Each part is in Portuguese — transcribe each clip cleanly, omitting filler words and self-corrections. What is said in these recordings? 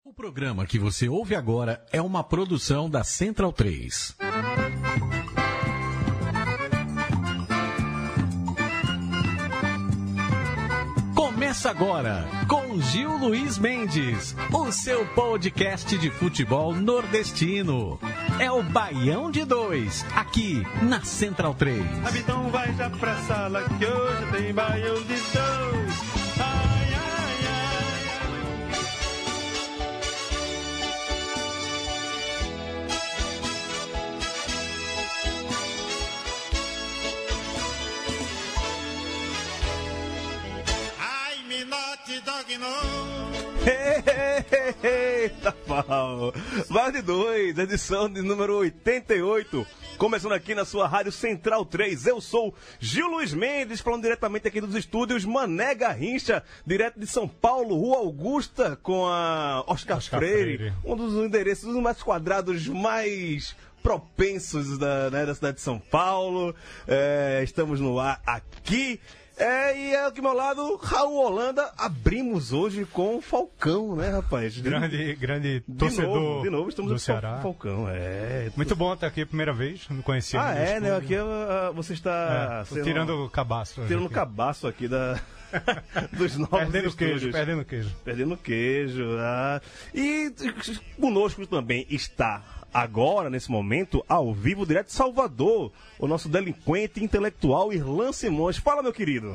O programa que você ouve agora é uma produção da Central 3. Começa agora com Gil Luiz Mendes, o seu podcast de futebol nordestino. É o Baião de 2, aqui na Central 3. Então vai já pra sala que hoje tem Baião de 2. Ai, ai, ai, ai, me note dog no. Eita, pau! Vai de 2, edição de número 88. Começando aqui na sua Rádio Central 3. Eu sou Gil Luiz Mendes, falando diretamente aqui dos estúdios Mané Garrincha, direto de São Paulo, Rua Augusta, com a Oscar Freire. Um dos endereços mais quadrados, mais propensos da cidade de São Paulo. Estamos no ar aqui. E aqui ao meu lado, Raul Holanda. Abrimos hoje com o Falcão, né, rapaz? Grande torcedor de novo estamos do Ceará. Falcão, Muito bom estar aqui a primeira vez, não conhecia. Né? Aqui você está tirando o cabaço. Tirando o cabaço aqui dos novos estúdios. Perdendo queijo. E conosco também está agora, nesse momento, ao vivo, direto de Salvador, o nosso delinquente intelectual Irlan Simões. Fala, meu querido.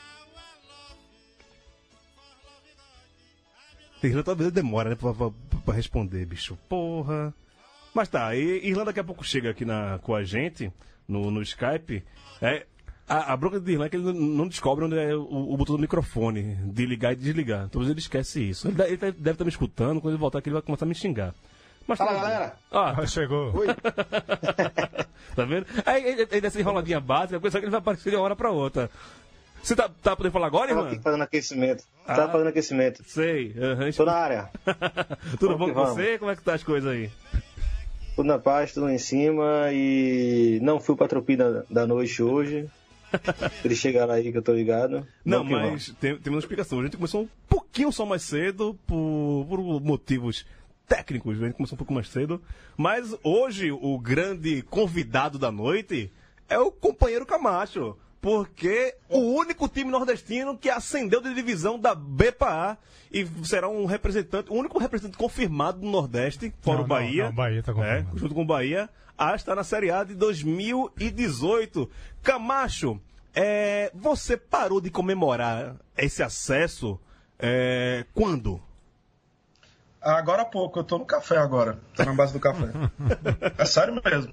Irlan talvez demora, né, pra responder, bicho. Porra. Mas tá, Irlan daqui a pouco chega aqui com a gente, no Skype. A bronca de Irlan é que ele não descobre onde é o botão do microfone, de ligar e desligar. Talvez ele esquece isso. Ele deve estar me escutando, quando ele voltar aqui ele vai começar a me xingar. Mas fala, galera! Chegou! Oi! Tá vendo? Aí dessa enroladinha básica, pensa que ele vai aparecer de uma hora pra outra. Você tá podendo falar agora, irmão? Tava aqui fazendo aquecimento. Tava fazendo aquecimento. Sei. Tô na área. Tudo bom com você? Como é que tá as coisas aí? Tudo na paz, tudo em cima. E não fui pra Tropi da noite hoje. Eles chegaram aí que eu tô ligado. Não, mas tem uma explicação. A gente começou um pouquinho só mais cedo por motivos técnicos, a gente começou um pouco mais cedo, mas hoje o grande convidado da noite é o companheiro Camacho, porque o único time nordestino que ascendeu de divisão da B para A e será o único representante confirmado do Nordeste, fora o Bahia. Não, o Bahia tá confirmado. Junto com o Bahia, a está na Série A de 2018. Camacho, você parou de comemorar esse acesso quando? Agora há pouco, eu tô no café agora. Tô na base do café. É sério mesmo.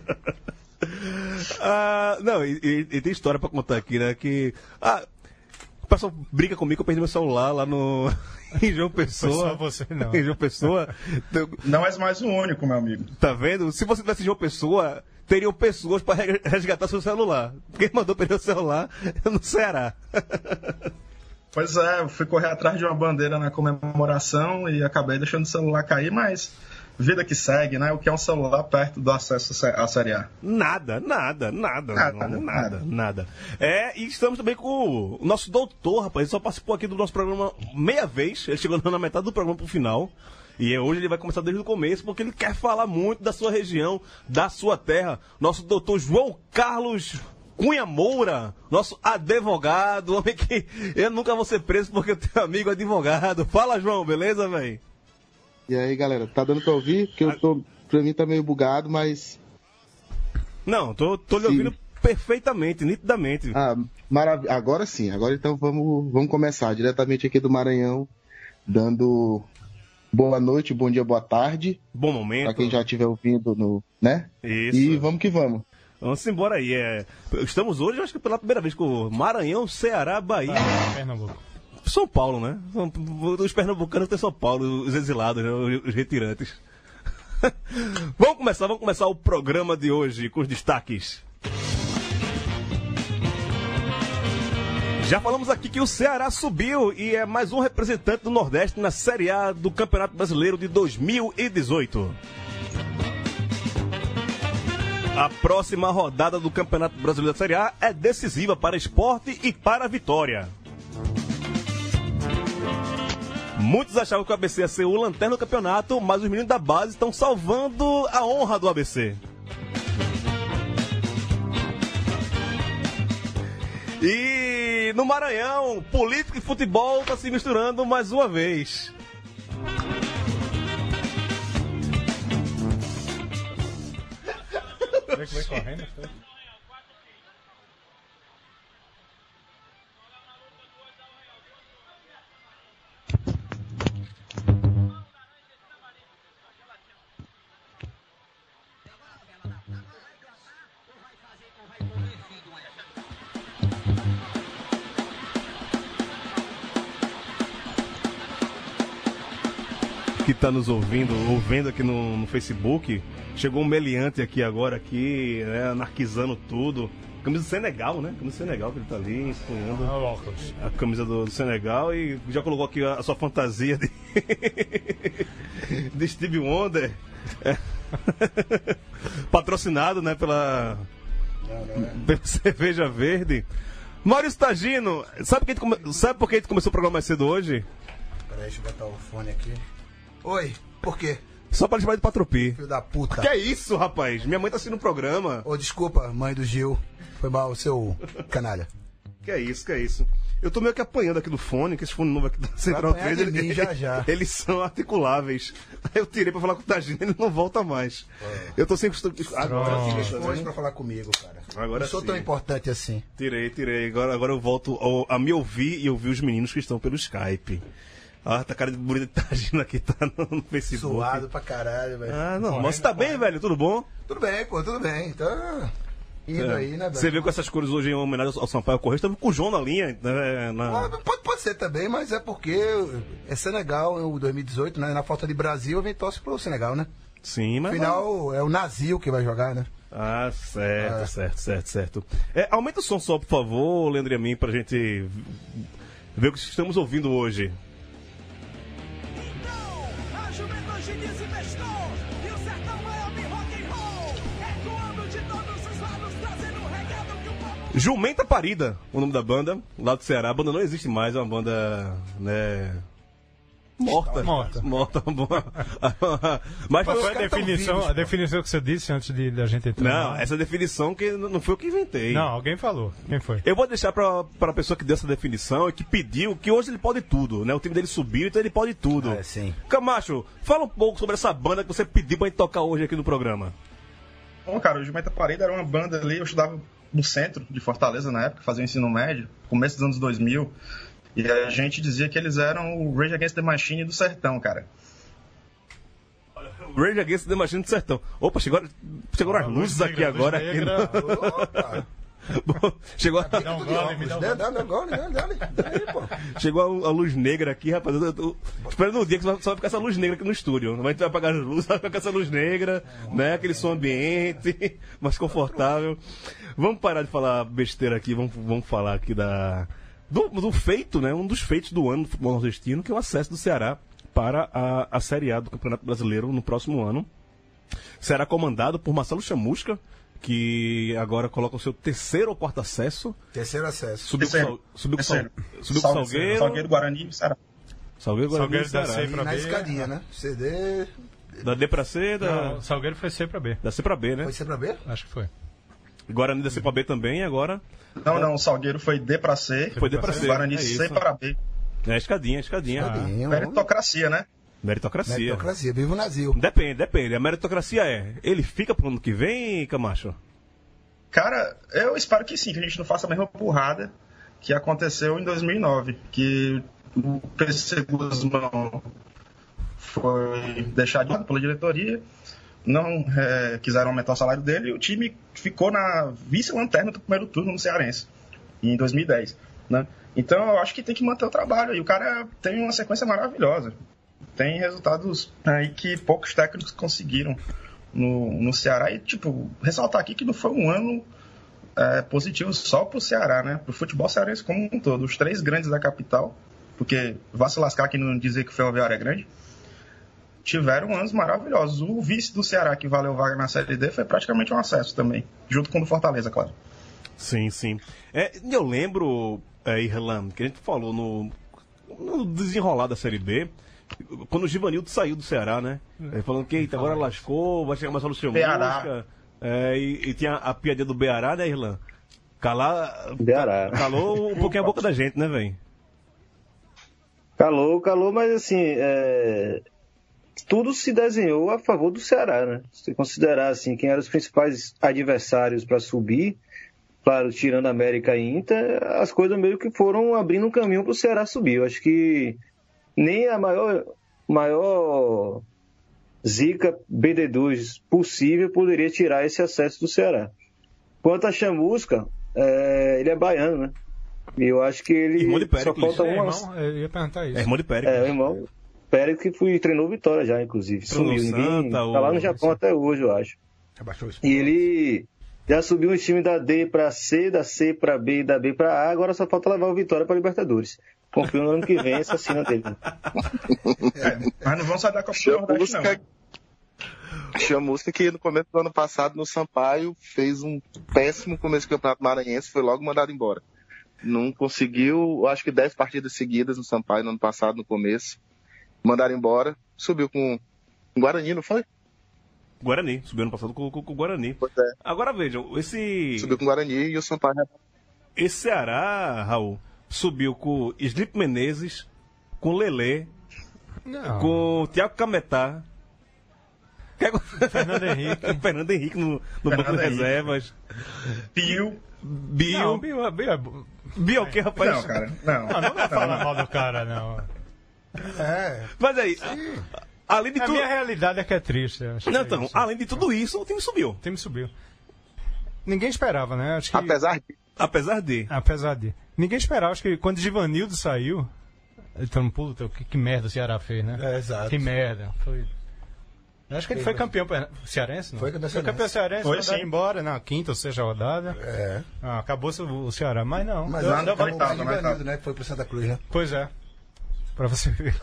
Não, e tem história pra contar aqui, né? Que. O pessoal brinca comigo que eu perdi meu celular lá em João Pessoa. Só você não. Em João Pessoa. Não és mais o único, meu amigo. Tá vendo? Se você tivesse em João Pessoa, teriam pessoas pra resgatar seu celular. Quem mandou perder o celular é no Ceará. Pois é, eu fui correr atrás de uma bandeira na comemoração e acabei deixando o celular cair, mas vida que segue, né? O que é um celular perto do acesso à Série A? Nada. E estamos também com o nosso doutor, rapaz. Ele só participou aqui do nosso programa meia vez. Ele chegou na metade do programa pro final. E hoje ele vai começar desde o começo, porque ele quer falar muito da sua região, da sua terra. Nosso doutor João Carlos Cunha Moura, nosso advogado, homem que eu nunca vou ser preso porque eu tenho amigo advogado. Fala, João, beleza, velho? E aí, galera, tá dando pra ouvir? Porque pra mim tá meio bugado, mas... Não, tô lhe ouvindo perfeitamente, nitidamente. Maravilha. Agora sim, agora então vamos começar diretamente aqui do Maranhão, dando boa noite, bom dia, boa tarde. Bom momento. Pra quem já estiver ouvindo, né? Isso. E vamos que vamos. Vamos embora aí. Estamos hoje, acho que pela primeira vez, com Maranhão, Ceará, Bahia. Pernambuco. São Paulo, né? Os pernambucanos têm São Paulo, os exilados, né? Os retirantes. Vamos começar o programa de hoje com os destaques. Já falamos aqui que o Ceará subiu e é mais um representante do Nordeste na Série A do Campeonato Brasileiro de 2018. A próxima rodada do Campeonato Brasileiro da Série A é decisiva para Sport e para a Vitória. Muitos achavam que o ABC ia ser o lanterna do campeonato, mas os meninos da base estão salvando a honra do ABC. E no Maranhão, política e futebol estão se misturando mais uma vez. Vai correndo, foi? Que tá nos ouvindo aqui no Facebook. Chegou um meliante aqui agora, né, anarquizando tudo. Camisa do Senegal, né? Camisa do Senegal, que ele tá ali expunhando a camisa do Senegal e já colocou aqui a sua fantasia de Stevie Wonder. Patrocinado, né, pela Cerveja Verde. Maurício Tagino, sabe por que a gente começou o programa mais cedo hoje? Peraí, deixa eu botar o fone aqui. Oi, por quê? Só pra chamar de Patropi. Filho da puta. Que é isso, rapaz? Minha mãe tá assistindo o programa. Ô, desculpa, mãe do Gil. Foi mal, seu canalha. Que é isso. Eu tô meio que apanhando aqui do fone, que esse fone novo aqui da Central 3, eles são articuláveis. Aí eu tirei pra falar com o Tagino, ele não volta mais. Eu tô sem costume. Agora fica exposto pra falar comigo, cara. Agora não sou sim. tão importante assim. Tirei. Agora eu volto a me ouvir e ouvir os meninos que estão pelo Skype. Ah, tá cara de bonito de Tagino aqui, tá no Facebook. Suado pra caralho, velho. Ah, não, mas você tá bem, velho? Tudo bom? Tudo bem, pô, tudo bem. Tá indo aí, né, velho? Você veio com essas cores hoje em homenagem ao Sampaio Correia, você tava com o João na linha, né? Pode ser também, mas é porque é Senegal, em 2018, né? Na falta de Brasil, eu vim torce pro Senegal, né? Sim, mas... Afinal, é o Nazil que vai jogar, né? Ah, certo. Aumenta o som só, por favor, Leandro e a mim, pra gente ver o que estamos ouvindo hoje. A juventude desinvestou e o sertão é homem rock and roll, ecoando de todos os lados, trazendo o recado que o povo... Jumenta Parida, o nome da banda, lá do Ceará. A banda não existe mais, é uma banda, né... Morta. Mas foi a definição que você disse antes da gente entrar? Não, essa definição que não foi eu que inventei. Não, alguém falou. Quem foi? Eu vou deixar pra pessoa que deu essa definição e que pediu, que hoje ele pode tudo, né? O time dele subiu, então ele pode tudo. É, sim. Camacho, fala um pouco sobre essa banda que você pediu pra gente tocar hoje aqui no programa. Bom, cara, o Jumenta Parida era uma banda ali, eu estudava no centro de Fortaleza na época, fazia o ensino médio, começo dos anos 2000. E a gente dizia que eles eram o Rage Against the Machine do sertão, cara. Rage Against the Machine do sertão. Opa, chegou as luzes aqui agora. Chegou a... Chegou a luz negra aqui, rapaz. Eu tô esperando um dia que só vai ficar essa luz negra aqui no estúdio. A gente vai apagar as luzes, vai ficar essa luz negra, né? Aquele som ambiente, mais confortável. Vamos parar de falar besteira aqui, vamos falar aqui do feito, né? Um dos feitos do ano do futebol nordestino, que é o acesso do Ceará para a Série A do Campeonato Brasileiro no próximo ano. Será comandado por Marcelo Chamusca, que agora coloca o seu terceiro ou quarto acesso. Terceiro acesso. Subiu com o Salgueiro. Salgueiro, Guarani e Ceará. Salgueiro, Guarani e Ceará. Na escadinha, né? CD... Da D pra C, Não, Salgueiro foi C pra B. Da C pra B, né? Foi C pra B? Acho que foi. Guarani da C pra B também, agora... Não, o Salgueiro foi D pra C. Foi D pra C. Guarani C para B. É, escadinha. Meritocracia, né? Meritocracia. Viva o Nazil. Depende. A meritocracia ele fica pro ano que vem, Camacho? Cara, eu espero que sim, que a gente não faça a mesma porrada que aconteceu em 2009, que o PC Guzmão foi deixado de lado pela diretoria, não quiseram aumentar o salário dele e o time ficou na vice-lanterna do primeiro turno no Cearense, em 2010, né? Então eu acho que tem que manter o trabalho, e o cara tem uma sequência maravilhosa, tem resultados aí que poucos técnicos conseguiram no Ceará, e tipo, ressaltar aqui que não foi um ano positivo só pro Ceará, né? Pro futebol cearense como um todo, os três grandes da capital, porque vá se lascar quem não dizer que o Ferroviário é grande, tiveram anos maravilhosos. O vice do Ceará, que valeu vaga na Série D, foi praticamente um acesso também, junto com o do Fortaleza, claro. Sim. Eu lembro, Irlan, que a gente falou no desenrolar da Série B, quando o Givanildo saiu do Ceará, né? Ele falando que eita, agora lascou, vai chegar mais só no Chamusca. E tinha a piadinha do Beará, né, Irlan? Calou um pouquinho a boca da gente, né, velho? Calou, mas assim, tudo se desenhou a favor do Ceará, né? Se considerar assim, quem eram os principais adversários para subir, claro, tirando América e Inter, as coisas meio que foram abrindo um caminho para o Ceará subir. Eu acho que nem a maior zica BD2 possível poderia tirar esse acesso do Ceará. Quanto a Chamusca, ele é baiano, né? E eu acho que ele só falta eu ia perguntar isso. É irmão de Péricles. o irmão Péricles que treinou Vitória já, inclusive. Sumiu, ninguém tá lá no Japão até hoje, eu acho. E ele já subiu os times da D para C, da C para B e da B para A, agora só falta levar o Vitória para Libertadores. Confio no ano que vem essa cena dele. Mas não vão sair da Copa do Nordeste, não. Chamusca que no começo do ano passado no Sampaio fez um péssimo começo do Campeonato Maranhense, foi logo mandado embora. Não conseguiu, acho que 10 partidas seguidas no Sampaio no ano passado, no começo. Mandaram embora, subiu com o Guarani, não foi? Guarani, subiu ano passado com o Guarani. Pois é. Agora vejam, subiu com o Guarani e o Sampaio. Esse Ceará, Raul, subiu com o Slip Menezes, com o Lelê, com o Thiago Cametá, Fernando Henrique no banco de reservas. Bill o que, rapaz? Não, cara, não. Não vai falar mal do cara, não. Mas aí, além de A tudo... minha realidade é que é triste. Então, além de tudo isso, o time subiu. Ninguém esperava, né? Acho que... Apesar de. Ninguém esperava. Acho que quando Givanildo saiu... Então, puta, que merda o Ceará fez, né? Exato. Que merda. Acho que ele foi campeão cearense, não? Foi campeão cearense, mandaram sim. embora na quinta ou sexta rodada. Acabou-se o Ceará, mas não. Mas Não, ainda coitado, o Givanildo, né? Que foi pro Santa Cruz, né? Pois é. Pra você ver.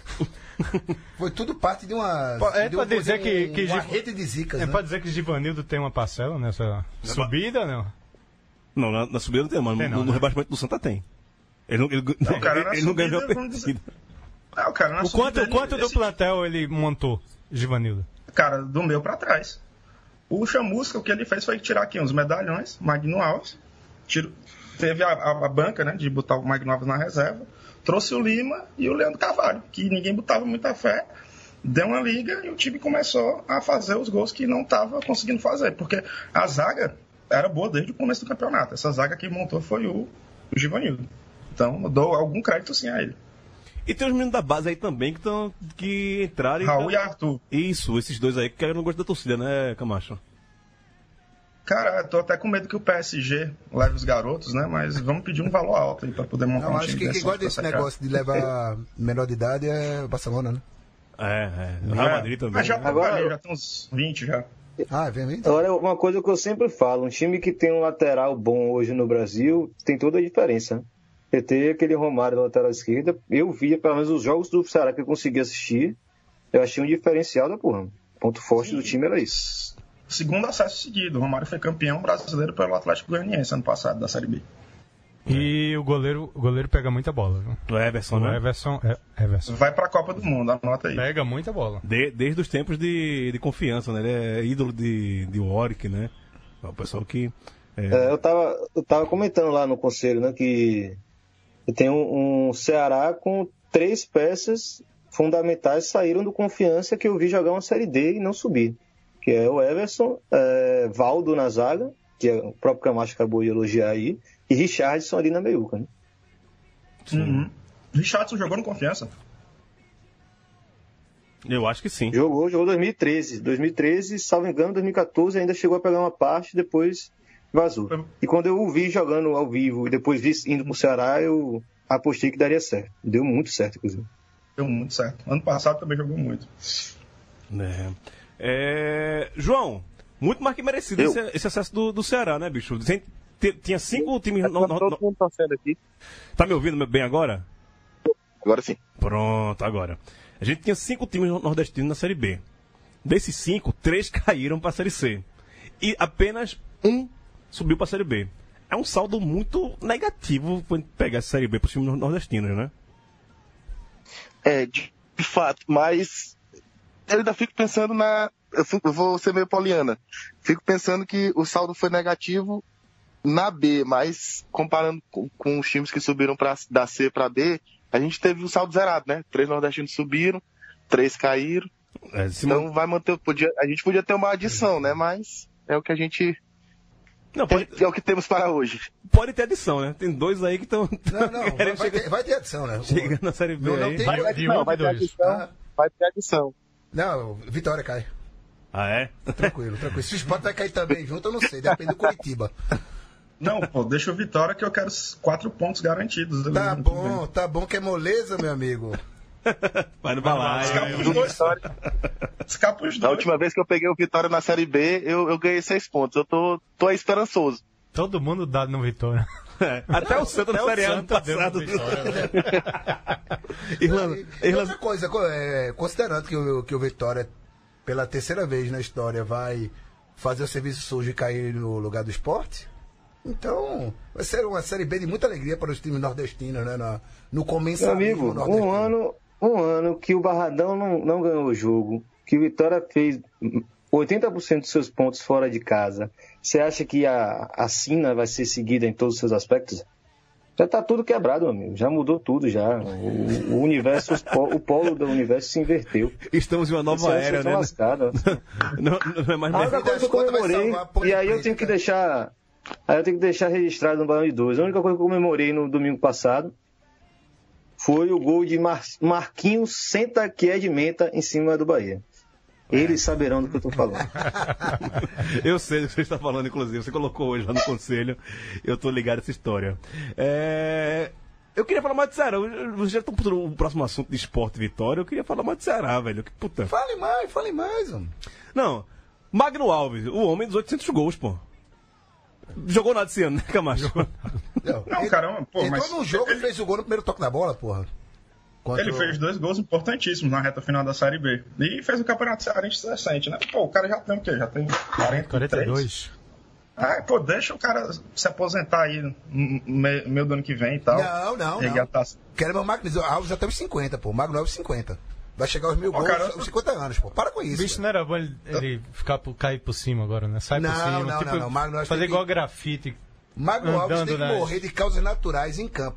Foi tudo parte de uma... pra dizer que uma rede de zicas, né? Pode dizer que Givanildo tem uma parcela nessa subida, não? Não, na subida não tem, mas no rebaixamento do Santa tem. Ele não ganhou a partida. O quanto do plantel ele montou, Givanildo? Cara, do meu pra trás. O Chamusca, o que ele fez foi tirar aqui uns medalhões, Magno Alves, teve a banca, né, de botar o Magno Alves na reserva, trouxe o Lima e o Leandro Carvalho, que ninguém botava muita fé, deu uma liga e o time começou a fazer os gols que não estava conseguindo fazer, porque a zaga era boa desde o começo do campeonato. Essa zaga que montou foi o Givanildo. Então, eu dou algum crédito sim a ele. E tem os meninos da base aí também que entraram. Raul e Arthur. Isso, esses dois aí que eu não gosto da torcida, né, Camacho? Cara, eu tô até com medo que o PSG leve os garotos, né? Mas vamos pedir um valor alto aí pra poder montar um time. Acho que quem gosta desse negócio de levar menor de idade é o Barcelona, né? O Real Madrid também. Mas já Agora, já tem uns 20 já. Vem mesmo? Agora, uma coisa que eu sempre falo, um time que tem um lateral bom hoje no Brasil, tem toda a diferença, né? Ter aquele Romário na lateral esquerda, eu via, pelo menos os jogos do Ceará que eu consegui assistir, eu achei um diferencial da porra. O ponto forte do time era isso. Segundo acesso seguido, o Romário foi campeão brasileiro pelo Atlético Goianiense ano passado, da Série B. E o goleiro pega muita bola, viu? O Everson, né? Everson. Vai pra Copa do Mundo, anota aí. Pega muita bola. Desde os tempos de confiança, né? Ele é ídolo de Warwick, né? É o pessoal que... eu tava comentando lá no conselho, né, que tem um Ceará com 3 peças fundamentais saíram do Confiança que eu vi jogar uma Série D e não subir. Que é o Everson, Valdo na zaga, que o próprio Camacho acabou de elogiar aí, e Richardson ali na meiuca, né? Uhum. Richardson jogou no Confiança? Eu acho que sim. Jogou 2013. 2013, salvo engano, 2014 ainda chegou a pegar uma parte, depois vazou. E quando eu o vi jogando ao vivo e depois vi indo pro Ceará, eu apostei que daria certo. Deu muito certo, inclusive. Deu muito certo. Ano passado também jogou muito. João, muito mais que merecido esse acesso do Ceará, né, bicho? Tinha 5 times... Todo mundo torcendo aqui. Tá me ouvindo bem agora? Agora sim. Pronto, agora. A gente tinha 5 times nordestinos na Série B. Desses 5, 3 caíram pra Série C. E apenas 1 subiu pra Série B. É um saldo muito negativo quando pegar essa Série B pros times nordestinos, né? De fato, mas eu ainda fico pensando eu vou ser meio poliana. Fico pensando que o saldo foi negativo na B, mas comparando com os times que subiram da C para B, a gente teve o saldo zerado, né? 3 nordestinos subiram, 3 caíram. Então vai manter. A gente podia ter uma adição, né? Mas é o que a gente. Não, é o que temos para hoje. Pode ter adição, né? Tem 2 aí que estão. Não, vai ter adição, né? Chega na Série B. Não aí. tem Vai ter adição. Vai ter adição. Não, Vitória cai. Ah, é? Tranquilo. Se o Sport vai cair também junto, eu não sei. Depende do Curitiba. Não, pô, deixa o Vitória que eu quero 4 pontos garantidos. Tá bom que é moleza, meu amigo. Vai no balaio. Escapa os dois. A última vez que eu peguei o Vitória na Série B, eu ganhei 6 pontos. Eu tô esperançoso. Todo mundo dado no Vitória. Até o Santa na Série A ano passado. Outra coisa, considerando que o Vitória, pela terceira vez na história, vai fazer o serviço sujo e cair no lugar do Sport, então vai ser uma Série B de muita alegria para os times nordestinos, né? No comensalismo nordestino. Um ano que o Barradão não ganhou o jogo, que o Vitória fez 80% dos seus pontos fora de casa. Você acha que a sina vai ser seguida em todos os seus aspectos? Já está tudo quebrado, meu amigo. Já mudou tudo, já. O universo, o polo do universo se inverteu. Estamos em uma nova era, né? Não é mais a única coisa que eu comemorei, e aí eu tenho que deixar registrado no Baião de 2. A única coisa que eu comemorei no domingo passado foi o gol de Marquinhos Senta que é de menta em cima do Bahia. Eles saberão do que eu estou falando. Eu sei do que você está falando, inclusive. Você colocou hoje lá no conselho. Eu estou ligado a essa história. Eu queria falar mais de Ceará. Vocês já estão por o próximo assunto de esporte Vitória. Eu queria falar mais de Ceará, velho. Que puta. Fale mais, homem. Não. Magno Alves, o homem dos 800 gols, pô. Jogou nada esse ano, né, Camacho? Não, caramba, pô. Entrou num jogo e fez o gol no primeiro toque da bola, porra. Ele fez 2 gols importantíssimos na reta final da Série B. E fez o Campeonato Cearense recente, né? Pô, o cara já tem o quê? Já tem 42. Pô, deixa o cara se aposentar aí no meio do ano que vem e tal. Não. Quero meu Magno Alves até os 50, pô. Magno Alves 50. Vai chegar aos 1000 gols aos 50 anos, pô. Para com isso. Bicho, não era bom ele cair por cima agora, né? Sai por cima. Não. Magno Alves fazer igual grafite. Magno Alves tem que morrer de causas naturais em campo.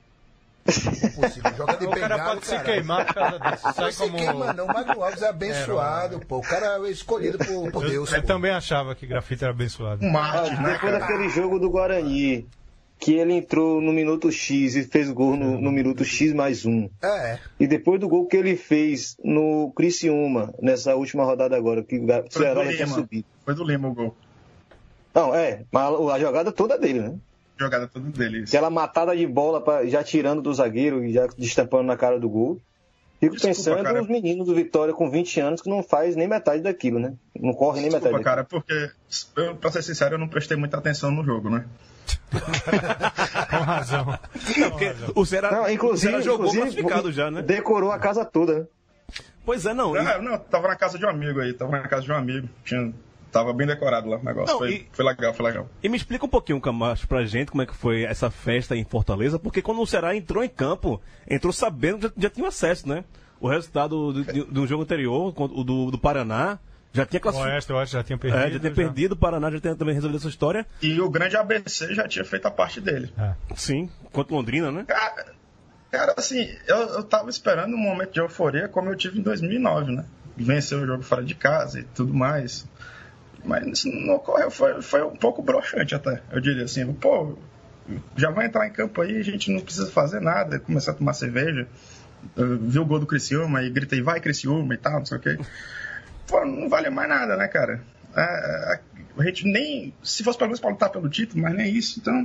Joga de o cara pode se queimar por causa disso. Sai como... queima, não. O Magno Alves é abençoado, pô. O cara é escolhido por Deus. Eu também achava que grafite era abençoado. Depois daquele jogo do Guarani, que ele entrou no minuto X e fez gol no minuto X mais 1. E depois do gol que ele fez no Criciúma, nessa última rodada agora, que o Ceará já tinha subido. Foi do Lima o gol. Não, mas a jogada toda dele, né? Jogada toda dele. Isso. Aquela matada de bola já tirando do zagueiro e já destampando na cara do gol. Fico pensando nos meninos do Vitória com 20 anos que não faz nem metade daquilo, né? Não corre nem metade daquilo. Cara, porque, pra ser sincero, eu não prestei muita atenção no jogo, né? Com razão. O Ceará, inclusive, jogou classificado já, né? Decorou a casa toda. Pois é, não. Tava na casa de um amigo aí. Tava bem decorado lá o negócio. Foi legal. E me explica um pouquinho, Camacho, pra gente como é que foi essa festa em Fortaleza, porque quando o Ceará entrou em campo, entrou sabendo que já tinha acesso, né? O resultado do jogo anterior, o do Paraná, já tinha classificado. O Oeste, eu acho, já tinha perdido. Já tinha perdido, o Paraná já tinha também resolvido essa história. E o grande ABC já tinha feito a parte dele. Sim, contra Londrina, né? Cara, assim, eu tava esperando um momento de euforia como eu tive em 2009, né? Vencer o jogo fora de casa e tudo mais. Mas isso não ocorreu, foi um pouco broxante até, eu diria assim, pô, já vai entrar em campo aí, a gente não precisa fazer nada, começar a tomar cerveja, vi o gol do Criciúma e gritei, vai Criciúma e tal, não sei o que. Pô, não vale mais nada, né, cara? A gente nem, se fosse pelo menos pra lutar pelo título, mas nem isso, então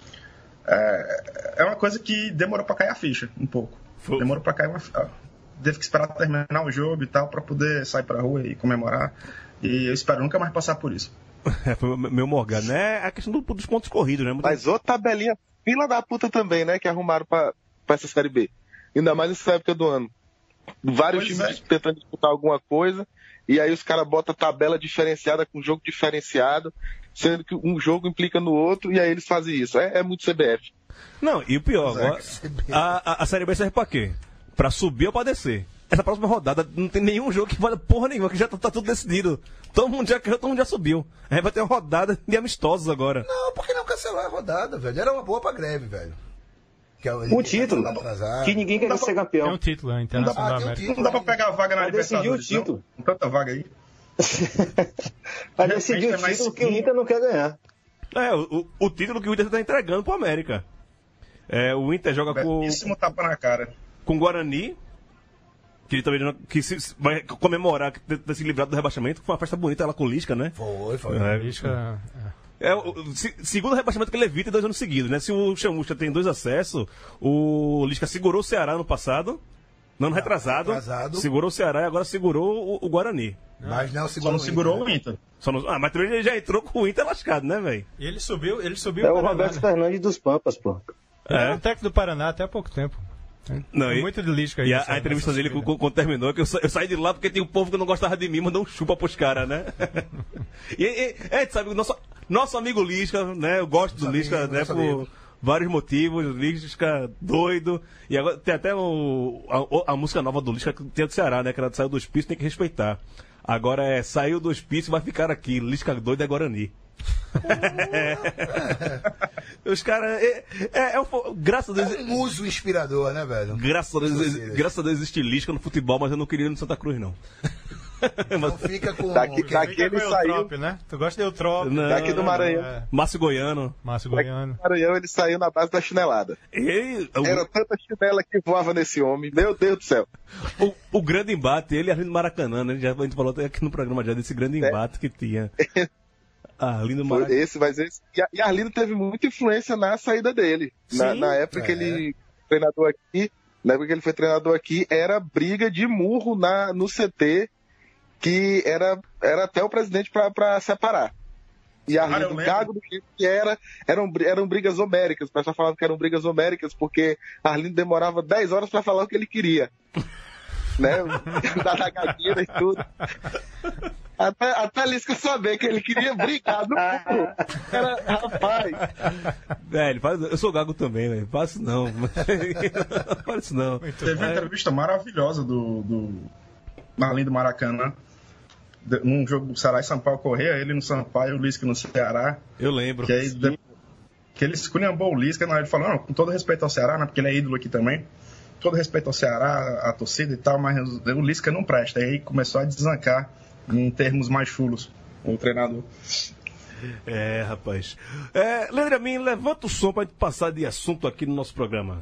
é uma coisa que demorou pra cair a ficha, um pouco. Demorou pra cair teve que esperar terminar o jogo e tal, pra poder sair pra rua e comemorar. E eu espero nunca mais passar por isso. Foi meio morgado, né? A questão dos pontos corridos, né? Mas outra tabelinha fila da puta também, né? Que arrumaram pra essa Série B. Ainda mais nessa época do ano. Vários times tentando disputar alguma coisa. E aí os caras botam tabela diferenciada com jogo diferenciado. Sendo que um jogo implica no outro. E aí eles fazem isso. É muito CBF. Não, e o pior agora... A Série B serve pra quê? Pra subir ou pra descer. Essa próxima rodada não tem nenhum jogo que vale porra nenhuma, que já tá tudo decidido. Todo mundo já subiu. A gente vai ter uma rodada de amistosos agora. Não, por que não cancelar a rodada, velho? Era uma boa pra greve, velho. Um título. Que ninguém quer ser Tem campeão. um título, né? Internacional da América. Não dá pra pegar a vaga na Vai decidir o Libertadores, título. não? Com tanta vaga aí. Vai decidir o É mais título que o Inter não quer ganhar. O título que o Inter tá entregando pro América. O Inter joga Belíssimo tapa na cara. com o Guarani, que ele também vai comemorar ter se livrado do rebaixamento, que foi uma festa bonita lá com o Lisca, né? Foi. Lisca, Segundo rebaixamento que ele evita em 2 anos seguidos, né? Se o Chamusca tem 2 acessos, o Lisca segurou o Ceará no passado, no ano retrasado, segurou o Ceará e agora segurou o Guarani. Mas não Só não segurou o Inter. Mas também ele já entrou com o Inter lascado, né, velho? E ele subiu É o o Paraná, Roberto né? Fernandes dos Pampas, pô. Ele era o técnico do Paraná até há pouco tempo. Não, Muito de Lisca aí. E a entrevista dele quando terminou, que eu saí de lá porque tem um povo que não gostava de mim, mandou um chupa pros caras, né? e sabe, nosso amigo Lisca, né? Eu gosto do Lisca, né? Por vários motivos. Lisca doido. E agora tem até a música nova do Lisca que tem do Ceará, né? Que ela saiu do hospício, tem que respeitar. Agora saiu do hospício e vai ficar aqui. Lisca doido é Guarani. Os caras. Graças a Deus. É um muso inspirador, né, velho? Graças a Deus existe Lisca no futebol, mas eu não queria ir no Santa Cruz, não. Não fica com... Daqui ele saiu. Eutrop, né? Tu gosta de Eutrop. Daqui do Maranhão. Márcio Goiano. Márcio Goiano. Do Maranhão ele saiu na base da chinelada. Era tanta chinela que voava nesse homem. Meu Deus do céu. O grande embate, ele e Arlindo Maracanã, né? A gente falou até aqui no programa já desse grande embate que tinha. Arlindo Maracanã. E Arlindo teve muita influência na saída dele. Na época que ele treinador aqui, na época que ele foi treinador aqui, era briga de murro no CT, que era até o presidente para separar. E Arlindo, gago do jeito que eram brigas homéricas. O pessoal falava que eram brigas homéricas porque Arlindo demorava 10 horas para falar o que ele queria. Né? Da gagueira e tudo. Até Lisca saber que ele queria brigar no mundo. Rapaz. Velho, eu sou gago também, velho. Faço não. Faz isso não. Teve uma entrevista maravilhosa do Arlindo Maracanã. Num jogo do Ceará e Sampaio Corrêa, ele no Sampaio, o Lisca no Ceará. Eu lembro. Que ele esculhambou o Lisca, ele falou, não, com todo respeito ao Ceará, né, porque ele é ídolo aqui também, todo respeito ao Ceará, a torcida e tal, mas o Lisca não presta. Aí começou a desancar em termos mais chulos o treinador. Rapaz. Leandro Amin, levanta o som pra gente passar de assunto aqui no nosso programa.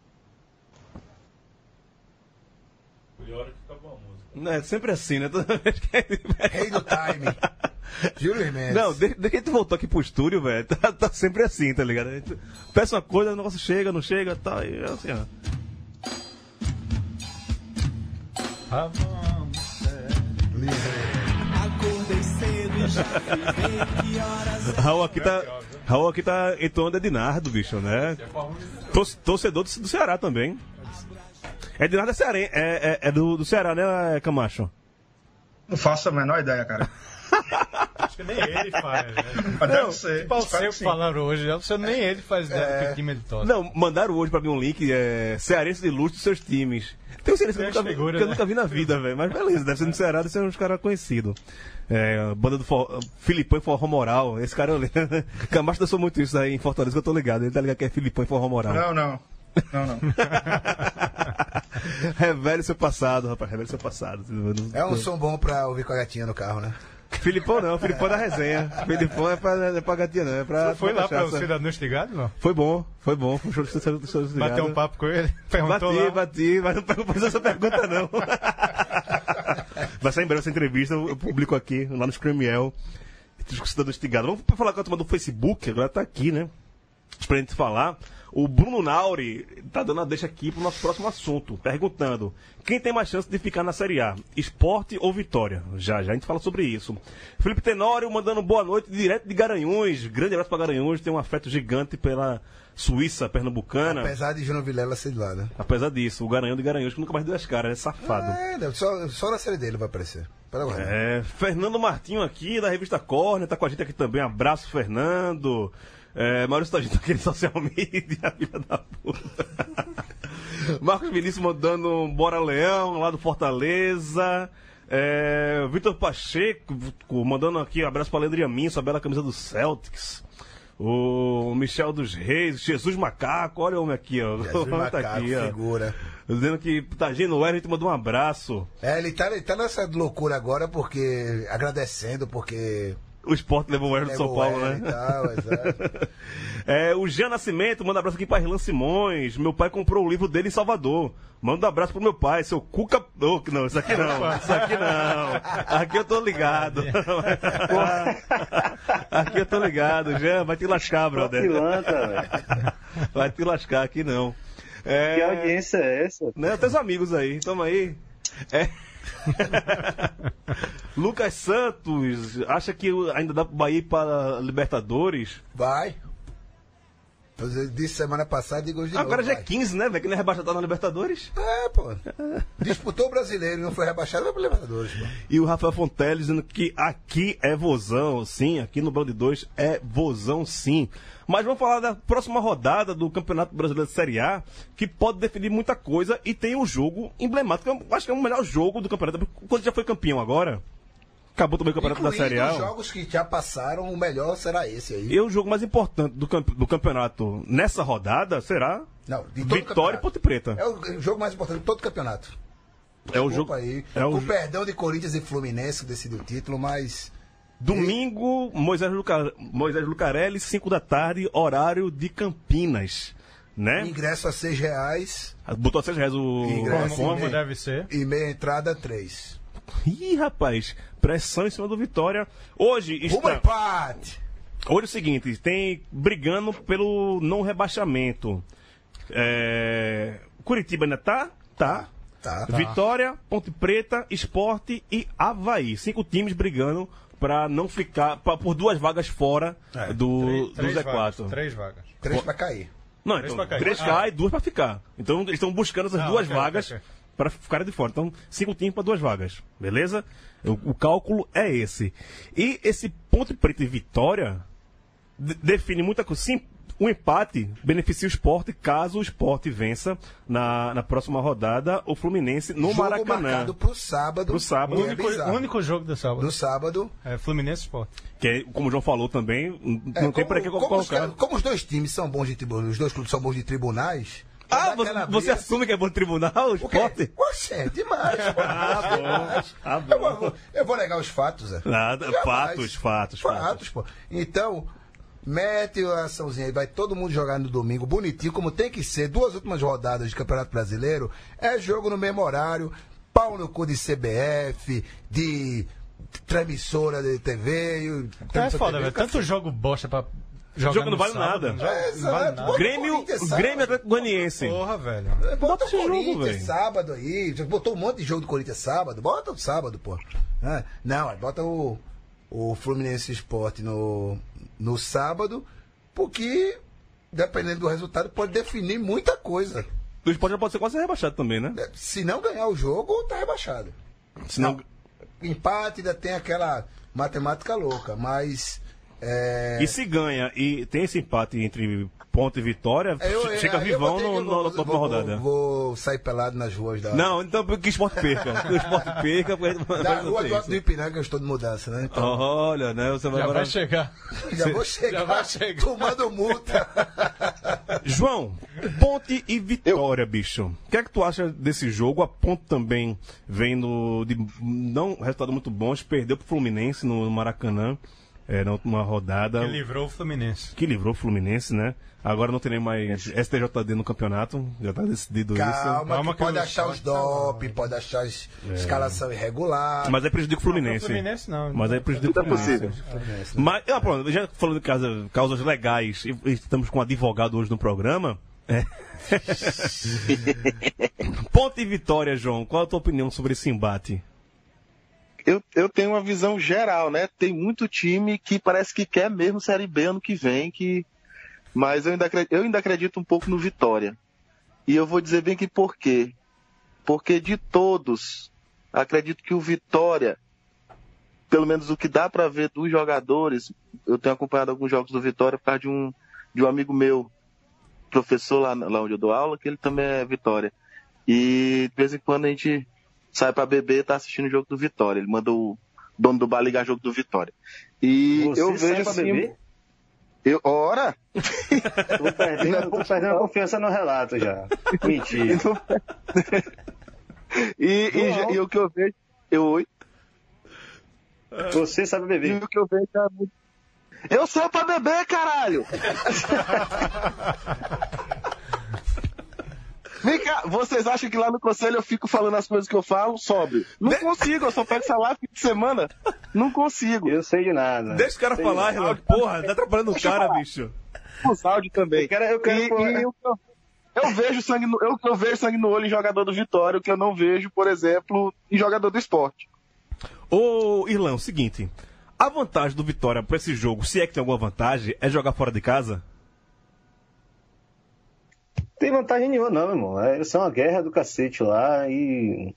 É sempre assim, né? Rei do time. Júlio Mendes. Não, desde que a gente voltou aqui pro estúdio, velho, tá sempre assim, tá ligado? A gente peça uma coisa, o negócio chega, não chega, tá, e é assim, ó. Acordei cedo e já fui ver que horas é. Raul aqui tá em onda de Ednardo, bicho, né? Torcedor do Ceará também. Ednardo é do Ceará, né, Camacho? Não faço a menor ideia, cara. Acho que nem ele faz, né? Mas deve ser. Você que falaram hoje, nem ele faz ideia do que time ele torce. Não, mandaram hoje pra mim um link, cearense de luxo dos seus times. Tem um cearense que eu nunca vi na vida, velho. Mas beleza, deve ser no Ceará, deve ser uns caras conhecidos. Banda do Filipão e Forró Moral. Esse cara eu lembro. Camacho dançou muito isso aí em Fortaleza, que eu tô ligado. Ele tá ligado que é Filipão e Forró Moral. Não. Revele seu passado, rapaz. Revele seu passado. É um som bom pra ouvir com a gatinha no carro, né? Filipão não, Filipão é da resenha. Filipão é pra gatinha, não. É pra. Foi lá pra o Cidadão Estigado, não? Foi bom. Foi um show de Cidadão Estigado. Bateu um papo com ele? Perguntou bati, mas não fez essa pergunta, não. Vai sair em breve essa entrevista, eu publico aqui, lá no Screamiel. Cidadão Estigado. Vamos falar com a turma do Facebook, agora tá aqui, né? Pra gente falar. O Bruno Nauri tá dando a deixa aqui pro nosso próximo assunto, perguntando: quem tem mais chance de ficar na Série A? Esporte ou Vitória? Já a gente fala sobre isso. Felipe Tenório mandando boa noite direto de Garanhuns. Grande abraço pra Garanhuns, tem um afeto gigante pela Suíça pernambucana. Apesar de Júnior Vilela ser de lá, né? Apesar disso, o Garanhão de Garanhuns, que nunca mais deu as caras, é safado. Só na Série dele vai aparecer. Fernando Martinho aqui, da revista Corner, tá com a gente aqui também. Abraço, Fernando. Maurício tá aqui no social media, filha da puta. Marcos Vinícius mandando um Bora Leão, lá do Fortaleza. Vitor Pacheco mandando aqui um abraço pra Leandro Yamin, sua bela camisa do Celtics. O Michel dos Reis, Jesus Macaco, olha o homem aqui, ó. Jesus Macaco, tá aqui, ó. figura. Dizendo que Tagino Wellington, a gente mandou um abraço. Ele tá nessa loucura agora, porque agradecendo, porque... O Sport levou o Wellington do São Paulo, né? E tal, exato. O Jean Nascimento manda um abraço aqui pra Irlan Simões. Meu pai comprou o livro dele em Salvador. Manda um abraço pro meu pai, seu Cuca. Oh, não, isso aqui não. Isso aqui não. Aqui eu tô ligado. Aqui eu tô ligado, Jean. Vai te lascar, brother. Vai te lascar, aqui não. Que audiência é essa? Né, teus amigos aí, toma aí. Lucas Santos, acha que ainda dá pro Bahia ir para Libertadores? Vai. Eu disse semana passada e digo hoje de Agora novo, já é vai. 15, né, velho? Que nem é rebaixado na Libertadores. Pô. Disputou o brasileiro e não foi rebaixado, vai pro Libertadores, pô. E o Rafael Fonteles dizendo que aqui é vozão, sim, aqui no Band 2 é vozão, sim. Mas vamos falar da próxima rodada do Campeonato Brasileiro de Série A, que pode definir muita coisa e tem um jogo emblemático. Eu acho que é o melhor jogo do campeonato. Quando já foi campeão agora, acabou também o campeonato da Série A. Os jogos que já passaram, o melhor será esse aí. E o jogo mais importante do campeonato nessa rodada será Não, de todo Vitória e Ponte Preta. É o jogo mais importante de todo o campeonato. É o jogo Aí, é com perdão de Corinthians e Fluminense, que decidiu o título, mas... Domingo, Moisés Lucarelli, 5 da tarde, horário de Campinas, né? Ingresso a R$6. Botou a R$6 o Ingresso, Como deve ser. E meia entrada 3. Ih, rapaz, pressão em cima do Vitória. Hoje Rumo está... empate! Hoje é o seguinte, tem brigando pelo não rebaixamento. Curitiba ainda tá? Tá. Vitória, Ponte Preta, Sport e Avaí. 5 times brigando para não ficar por 2 vagas fora do Z4. 3 vagas. 3 para cair. Não, Três então, pra cair. 3 cai, 2 para ficar. Então eles estão buscando essas 2 vagas para ficarem de fora. Então 5 times para 2 vagas, beleza? O cálculo é esse. E esse Ponte Preta e Vitória define muita coisa. Sim, o empate beneficia o Sport caso o Sport vença na próxima rodada o Fluminense no Jogo Maracanã. marcado pro sábado. O único jogo do sábado. Do sábado. É Fluminense Sport. Que é, como o João falou também, não tem para que colocar. Como os dois times são bons de tribunais, os dois clubes são bons de tribunais. Você assume que é bom tribunal, o Sport? Oxe, é demais. Bom. Eu vou negar os fatos, Zé. Nada, Jamais. fatos, pô. Então, mete a açãozinha aí, vai todo mundo jogar no domingo, bonitinho, como tem que ser. 2 últimas rodadas de Campeonato Brasileiro, é jogo no mesmo horário, pau no cu de CBF, de transmissora de TV. É foda, velho. Tanto jogo bosta pra jogar jogo não no vale sábado, nada. Não vale nada. Grêmio Atlético Goianiense. Porra, velho. Bota o esse jogo, Corinthians velho. sábado aí. Já botou um monte de jogo do Corinthians sábado. Bota o sábado, pô. Não, bota o Fluminense Sport no sábado, porque, dependendo do resultado, pode definir muita coisa. O Sport já pode ser quase rebaixado também, né? Se não ganhar o jogo, tá rebaixado. Se não... Empate ainda tem aquela matemática louca, mas... E se ganha e tem esse empate entre Ponte e Vitória, chega vivão na próxima rodada. Vou sair pelado nas ruas da... Não, então que o Sport perca. Que o Sport perca. Na rua do Ipiranga eu estou de mudança, né? Então, olha, né? Você vai Já agora... vai chegar. já vou chegar tomando multa. João, Ponte e Vitória, bicho. O que é que tu acha desse jogo? A Ponte também vendo de não resultado muito bons, perdeu pro Fluminense no Maracanã. Na última rodada. Que livrou o Fluminense. Que livrou o Fluminense, né? Agora não tem nem mais STJD no campeonato. Já tá decidido isso. Calma, que pode achar os doping, pode achar escalação irregular. Mas aí prejudica o Fluminense. Fluminense não. Mas aí prejudica o Fluminense. Mas, pronto, já falando de causas legais, e estamos com um advogado hoje no programa. Ponte e Vitória, João, qual a tua opinião sobre esse embate? Eu tenho uma visão geral, né? Tem muito time que parece que quer mesmo Série B ano que vem, mas eu ainda acredito um pouco no Vitória. E eu vou dizer bem que por quê. Porque de todos, acredito que o Vitória, pelo menos o que dá para ver dos jogadores, eu tenho acompanhado alguns jogos do Vitória por causa de um amigo meu, professor lá onde eu dou aula, que ele também é Vitória. E de vez em quando a gente sai pra beber e tá assistindo o jogo do Vitória. Ele manda o dono do bar ligar jogo do Vitória. E Você eu sai vejo pra assim... beber? Ora! Tô perdendo a confiança no relato já. Mentira. E o que eu vejo... Oi? Você sabe E beber. o que eu vejo é muito... Eu saio pra beber, caralho! Vem cá, vocês acham que lá no conselho eu fico falando as coisas que eu falo sóbrio? Não consigo, eu só pego celular fim de semana. Não consigo. Eu sei de nada. Deixa o cara Sei falar, de nada. Renan. Porra, tá atrapalhando o Deixa eu cara, falar. bicho. Os áudios também. Eu quero Eu vejo sangue eu vejo sangue no olho em jogador do Vitória, o que eu não vejo, por exemplo, em jogador do Sport. Ô, Irlão, é o seguinte. A vantagem do Vitória pra esse jogo, se é que tem alguma vantagem, é jogar fora de casa? Tem vantagem nenhuma, não, meu irmão. Isso é uma guerra do cacete lá e.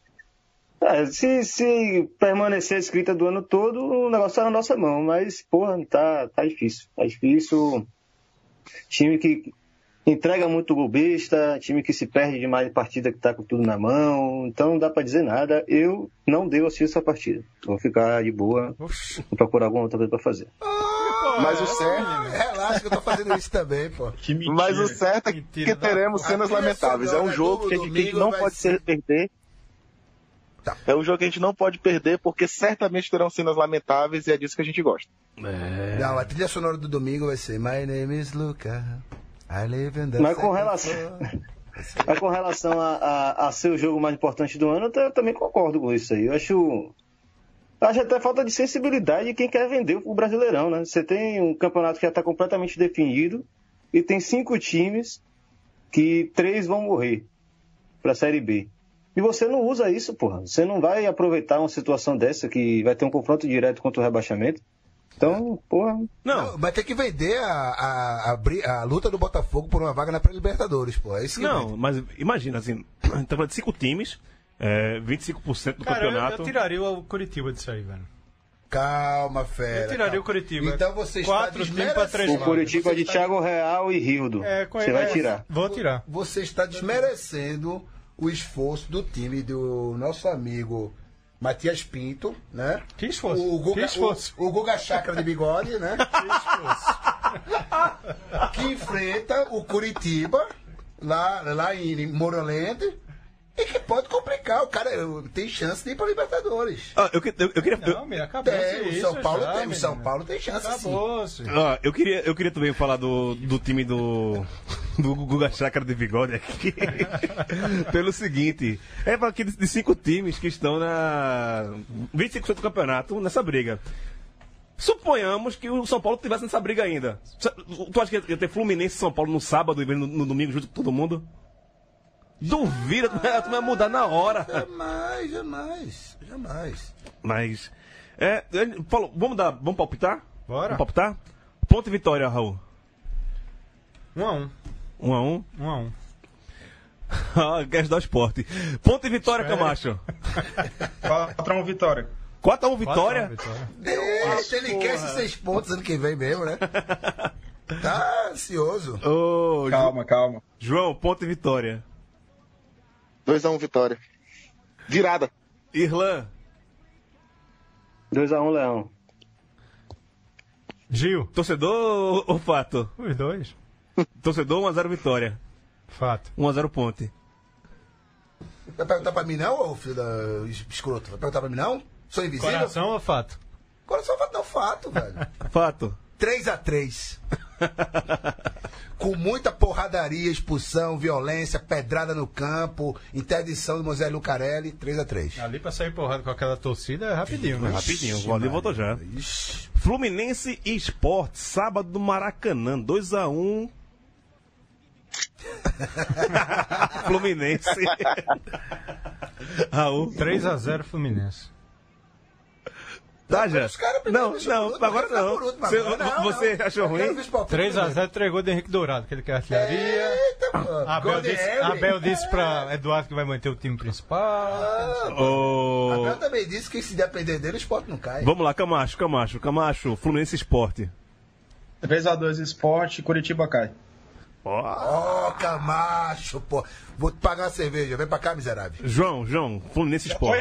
Se permanecer a escrita do ano todo, o negócio tá na nossa mão. Mas, porra, tá difícil. Tá difícil. Time que entrega muito gol besta, time que se perde demais de partida que tá com tudo na mão. Então não dá pra dizer nada. Eu não devo assistir essa partida. Vou ficar de boa. Vou procurar alguma outra coisa pra fazer. Mas o certo. Relaxa que eu tô fazendo isso também, pô. Que mentira. Mas o certo é que teremos cenas lamentáveis. É um jogo que a gente não pode perder. Tá. É um jogo que a gente não pode perder, porque certamente terão cenas lamentáveis e é disso que a gente gosta. Não, a trilha sonora do domingo vai ser My name is Luca. I live in the Mas com second relação floor. a ser o jogo mais importante do ano, eu também concordo com isso aí. Eu acho até falta de sensibilidade de quem quer vender o Brasileirão, né? Você tem um campeonato que já está completamente definido e tem 5 times que 3 vão morrer para a Série B. E você não usa isso, porra. Você não vai aproveitar uma situação dessa que vai ter um confronto direto contra o rebaixamento. Então, porra... Não, Vai ter que vender a luta do Botafogo por uma vaga na Pré-Libertadores, pô. É isso que não, mas imagina, assim, a gente tá falando de 5 times, 25% do Cara, campeonato. eu tiraria o Curitiba disso aí, velho. Calma, fera. Eu tiraria calma. o Curitiba. Então você está 4 times pra 3 O Curitiba de Thiago Real e Rildo. Você vai tirar. Vou tirar. Você está desmerecendo o esforço do time do nosso amigo Matias Pinto, né? Que esforço? O Guga, Que esforço? o Guga Chakra de bigode, né? Que enfrenta o Curitiba lá em Morolente e que pode complicar. O cara tem chance de ir para Libertadores. Eu queria. Não, Mira, acabou. O São Paulo tem, o São Paulo tem chance sim. Acabou-se. Eu queria também falar do time do Guga Chakra de bigode aqui. Pelo seguinte, é para aqueles de 5 times que estão na 25% do campeonato nessa briga. Suponhamos que o São Paulo estivesse nessa briga ainda. Tu acha que ia ter Fluminense e São Paulo no sábado e no domingo junto com todo mundo? Duvida, tu vai mudar na hora. Jamais. Mas. Vamos palpitar? Bora. Vamos palpitar? Ponto e vitória, Raul. 1-1. 1-1. 1-1. Quer ajudar o esporte. Ponto e vitória, Camacho. 4-1 Vitória. 4-1 vitória. Deixa, ele quer esses 6 pontos ano que vem mesmo, né? Tá ansioso. Ô, Calma. João, ponto e vitória. 2-1 Vitória. Virada. Irlan. 2-1 Leão. Gil. Torcedor ou fato? Os dois. Torcedor 1-0 vitória. Fato. 1-0 ponte. Vai perguntar pra mim não, ô filho da escroto? Vai perguntar pra mim não? Sou invisível? Coração ou fato? Coração fato não, fato, velho. Fato. 3-3. Com muita porradaria, expulsão, violência, pedrada no campo, interdição do Mosé Lucarelli, 3-3. Ali pra sair porrada com aquela torcida é rapidinho, né? Rapidinho, o Valdir voltou já. Fluminense e Sport, sábado no Maracanã, 2-1. Fluminense. Raul. 3-0 Fluminense. Tá, já? Não, agora não. Você achou ruim? 3-0, 3 gols de Henrique Dourado, que ele quer artilharia. Abel disse pra Eduardo que vai manter o time principal. Abel também disse que se depender dele, o Sport não cai. Vamos lá, Camacho, Fluminense e Sport. 3-2 Sport, Curitiba cai. Ó, Camacho, pô. Vou te pagar uma cerveja. Vem pra cá, miserável. João, Fluminense Sport.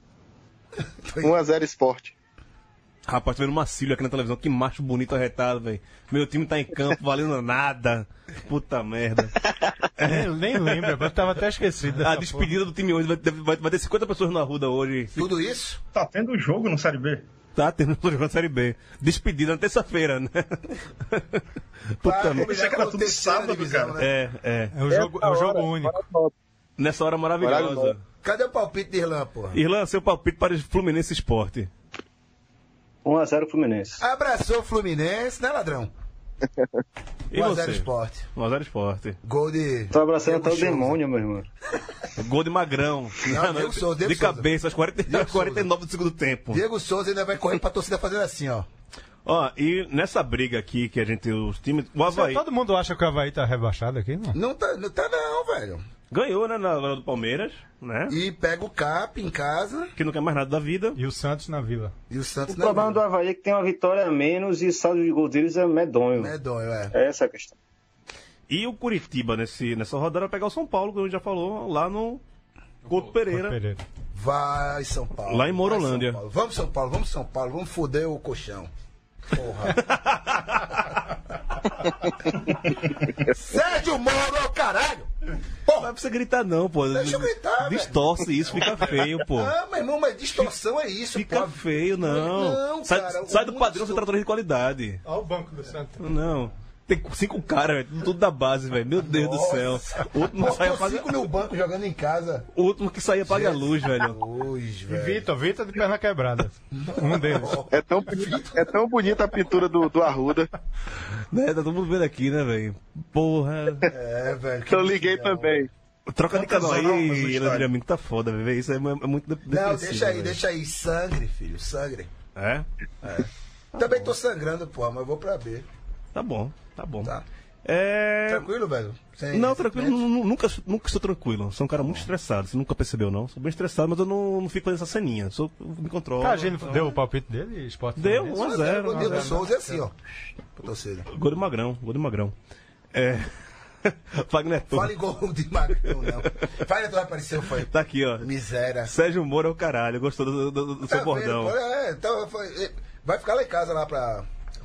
1x0 Sport. Rapaz, tô vendo uma Cílio aqui na televisão. Que macho bonito arretado, velho. Meu time tá em campo, valendo nada. Puta merda. Nem lembro, eu tava até esquecido. A despedida do time hoje vai ter 50 pessoas na Arruda hoje. Tudo isso? Tá tendo jogo no Série B. Tá tendo jogo na Série B. Despedida na terça-feira, né? Puta merda. Pensei que era tudo sábado, cara. Né? É. É um jogo único. Nessa hora maravilhosa. Cadê o palpite de Irlã, porra? Irlã, seu palpite para o Fluminense Sport. 1x0 Fluminense. Abraçou o Fluminense, né, ladrão? E 1x0 você? Sport. 1x0 Sport. Gol de... Tô abraçando até o Diego Souza. demônio, meu irmão. Gol de Magrão. Não, Diego Souza, Diego de Souza. cabeça, aos 49 do segundo tempo. Diego Souza ainda vai correr pra torcida fazendo assim, ó. Ó, e nessa briga aqui que a gente, os times, o Avaí Todo mundo acha que o Avaí tá rebaixado aqui, não? Não tá não, velho. ganhou, né, na hora do Palmeiras, né? E pega o Cap em casa. Que não quer mais nada da vida. E o Santos na Vila. E o Santos O problema do Avaí é que tem uma vitória a menos e o saldo de gols deles é medonho. Medonho, é. Essa é a questão. E o Curitiba, nessa rodada, vai pegar o São Paulo, que a gente já falou, lá no Couto Pereira. Vai, São Paulo. Lá em Morolândia. Vai, São Paulo. Vamos, São Paulo. Vamos foder o colchão. Porra. Sérgio Moro, caralho! Porra, não precisa gritar não, pô. Deixa eu gritar, distorce velho. isso, fica feio, pô. Ah, meu irmão, mas distorção é isso, Fica pô. feio, não. Não, sai cara, sai do o padrão mundo- centrador de qualidade. Olha o banco do Santos. Não. Tem 5 caras, velho, tudo da base, velho. Meu Deus do céu. O último que sai Botou apaga... 5 no banco jogando em casa. O último que sai apaga a luz, velho. Luz, E velho. Vitor de perna quebrada. Um deles. É tão bonita a pintura do Arruda. Né, tá todo mundo vendo aqui, né, velho? Porra. É, velho. que Eu liguei legal. também. Troca de canal almas no aí, estádio? Leandro Amigo, tá foda, velho. Isso é muito Não, depressivo, velho. deixa aí. Sangue, filho, sangue. É? Também tô sangrando, porra, mas eu vou pra B. Tá bom, tá bom. Tá. É... Tranquilo, velho? Sem Não, tranquilo, ressentimento? nunca estou tranquilo. Sou um cara muito estressado, você nunca percebeu, não? Sou bem estressado, mas eu não fico fazendo essa ceninha. Me controlo. Tá, a gente deu o palpite dele? Esporte Deu, Fluminense? 1x0. O Diego Souza é assim, ó. Pra torcida. Gol de Magrão. É... Wagner Torres. Fala igual de Magrão, não. Wagner Torres apareceu, foi. Tá aqui, ó. Miséria. Sérgio Moro é o caralho, gostou do seu Tá bordão. vendo, pô? Então, vai ficar lá em casa lá pra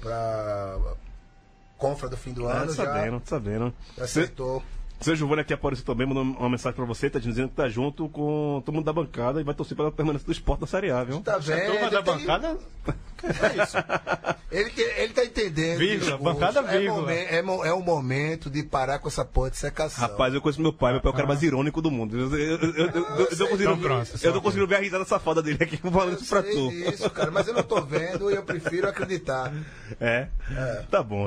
confra do fim do ano. Tô sabendo. Já acertou. Seu Giovanni aqui apareceu também, mandou uma mensagem pra você, tá dizendo que tá junto com todo mundo da bancada e vai torcer pela permanência do esporte na Série A, viu? Tá vendo? Turma da Ele tem- bancada? É isso. Ele tá entendendo. o Vírgula, discurso. bancada vírgula. É o momento de parar com essa porra de secação. Rapaz, eu conheço meu pai é o cara mais irônico do mundo. Eu não consigo, Então pronto, eu não consigo ver a risada safada dele aqui falando isso pra sei tu. disso, cara, mas eu não tô vendo e eu prefiro acreditar. É? Tá bom.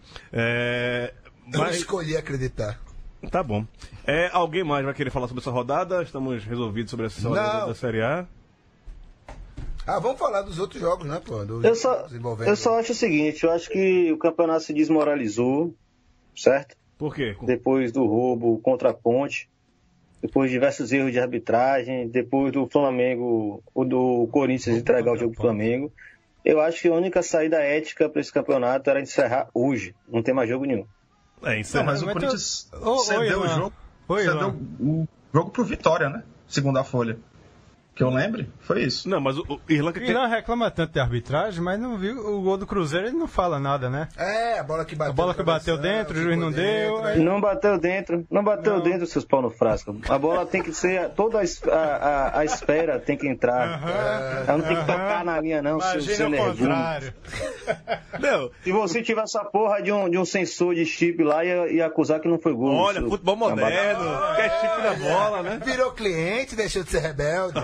Eu Mas, escolhi acreditar. tá bom. Alguém mais vai querer falar sobre essa rodada? Estamos resolvidos sobre essa rodada Não. da Série A? Ah, vamos falar dos outros jogos, né, pô? Eu só acho o seguinte, eu acho que o campeonato se desmoralizou, certo? Por quê? Depois do roubo contra a Ponte, depois de diversos erros de arbitragem, depois do Flamengo, ou do Corinthians entregar o jogo pro Flamengo. Eu acho que a única saída ética para esse campeonato era encerrar hoje, não tem mais jogo nenhum. Isso Não, mas o Mas Corinthians Oi, cedeu o Ilan. jogo. Oi, Cedeu Ilan. o jogo pro Vitória, né? Segundo a Folha. Que eu lembre, foi isso. Não, mas o Irlanda O que tem... Irã reclama tanto de arbitragem, mas não viu o gol do Cruzeiro, ele não fala nada, né? É, a bola que bateu. A bola que bateu dentro, o juiz não deu, aí- Não bateu dentro, seus pau no frasco. A bola tem que ser, toda a espera tem que entrar. Ela não tem que tocar na linha não, seu Imagina o energúmeno. contrário. Não, Se você tiver essa porra de um sensor de chip lá e acusar que não foi gol. olha, seu futebol moderno, quer chip na bola, né? Virou cliente, deixou de ser rebelde.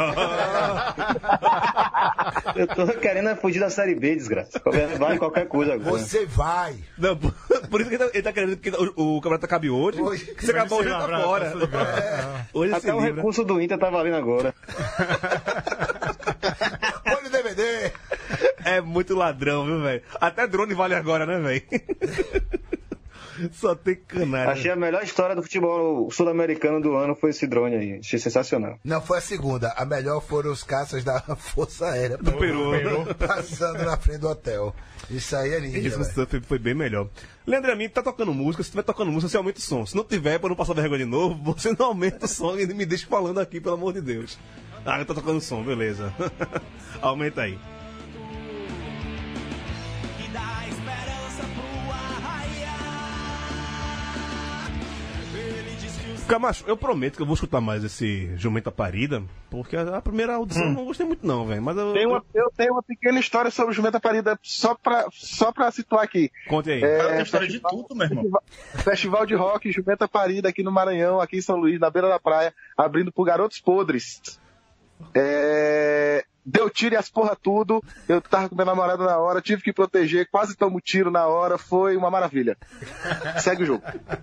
Eu tô querendo fugir da Série B, desgraça. Vale qualquer coisa agora. Você vai. Não, por isso que ele tá querendo que o campeonato acabe hoje. Hoje. Se acabou hoje, se tá livrar, fora. tá se livrando. Hoje se Até o livra. recurso do Inter tá valendo agora. Põe no DVD. É muito ladrão, viu, velho? Até drone vale agora, né, velho? Só tem canalha. Achei a melhor história do futebol sul-americano do ano foi esse drone aí. Achei sensacional. Não, foi a segunda. A melhor foram os caças da Força Aérea. Do Peru. Passando na frente do hotel. Isso aí é ninja. Isso foi bem melhor. Leandro Amin, tá tocando música. Se estiver tocando música, você aumenta o som. Se não tiver, pra não passar vergonha de novo, você não aumenta o som e me deixa falando aqui, pelo amor de Deus. Ah, tá tocando som, beleza. Aumenta aí. Que dá esperança pro arraiar. Ele diz que os Camacho, eu prometo que eu vou escutar mais esse Jumenta Parida, porque a primeira audição eu não gostei muito não, velho. Mas Eu tenho uma pequena história sobre o Jumenta Parida, só pra situar aqui. Conte aí. Tem história de tudo, meu irmão. Festival de rock Jumenta Parida aqui no Maranhão, aqui em São Luís, na beira da praia, abrindo pro Garotos Podres. Deu tiro e as porra tudo. Eu tava com minha namorada na hora, tive que proteger, quase tomo tiro na hora, foi uma maravilha. Segue o jogo.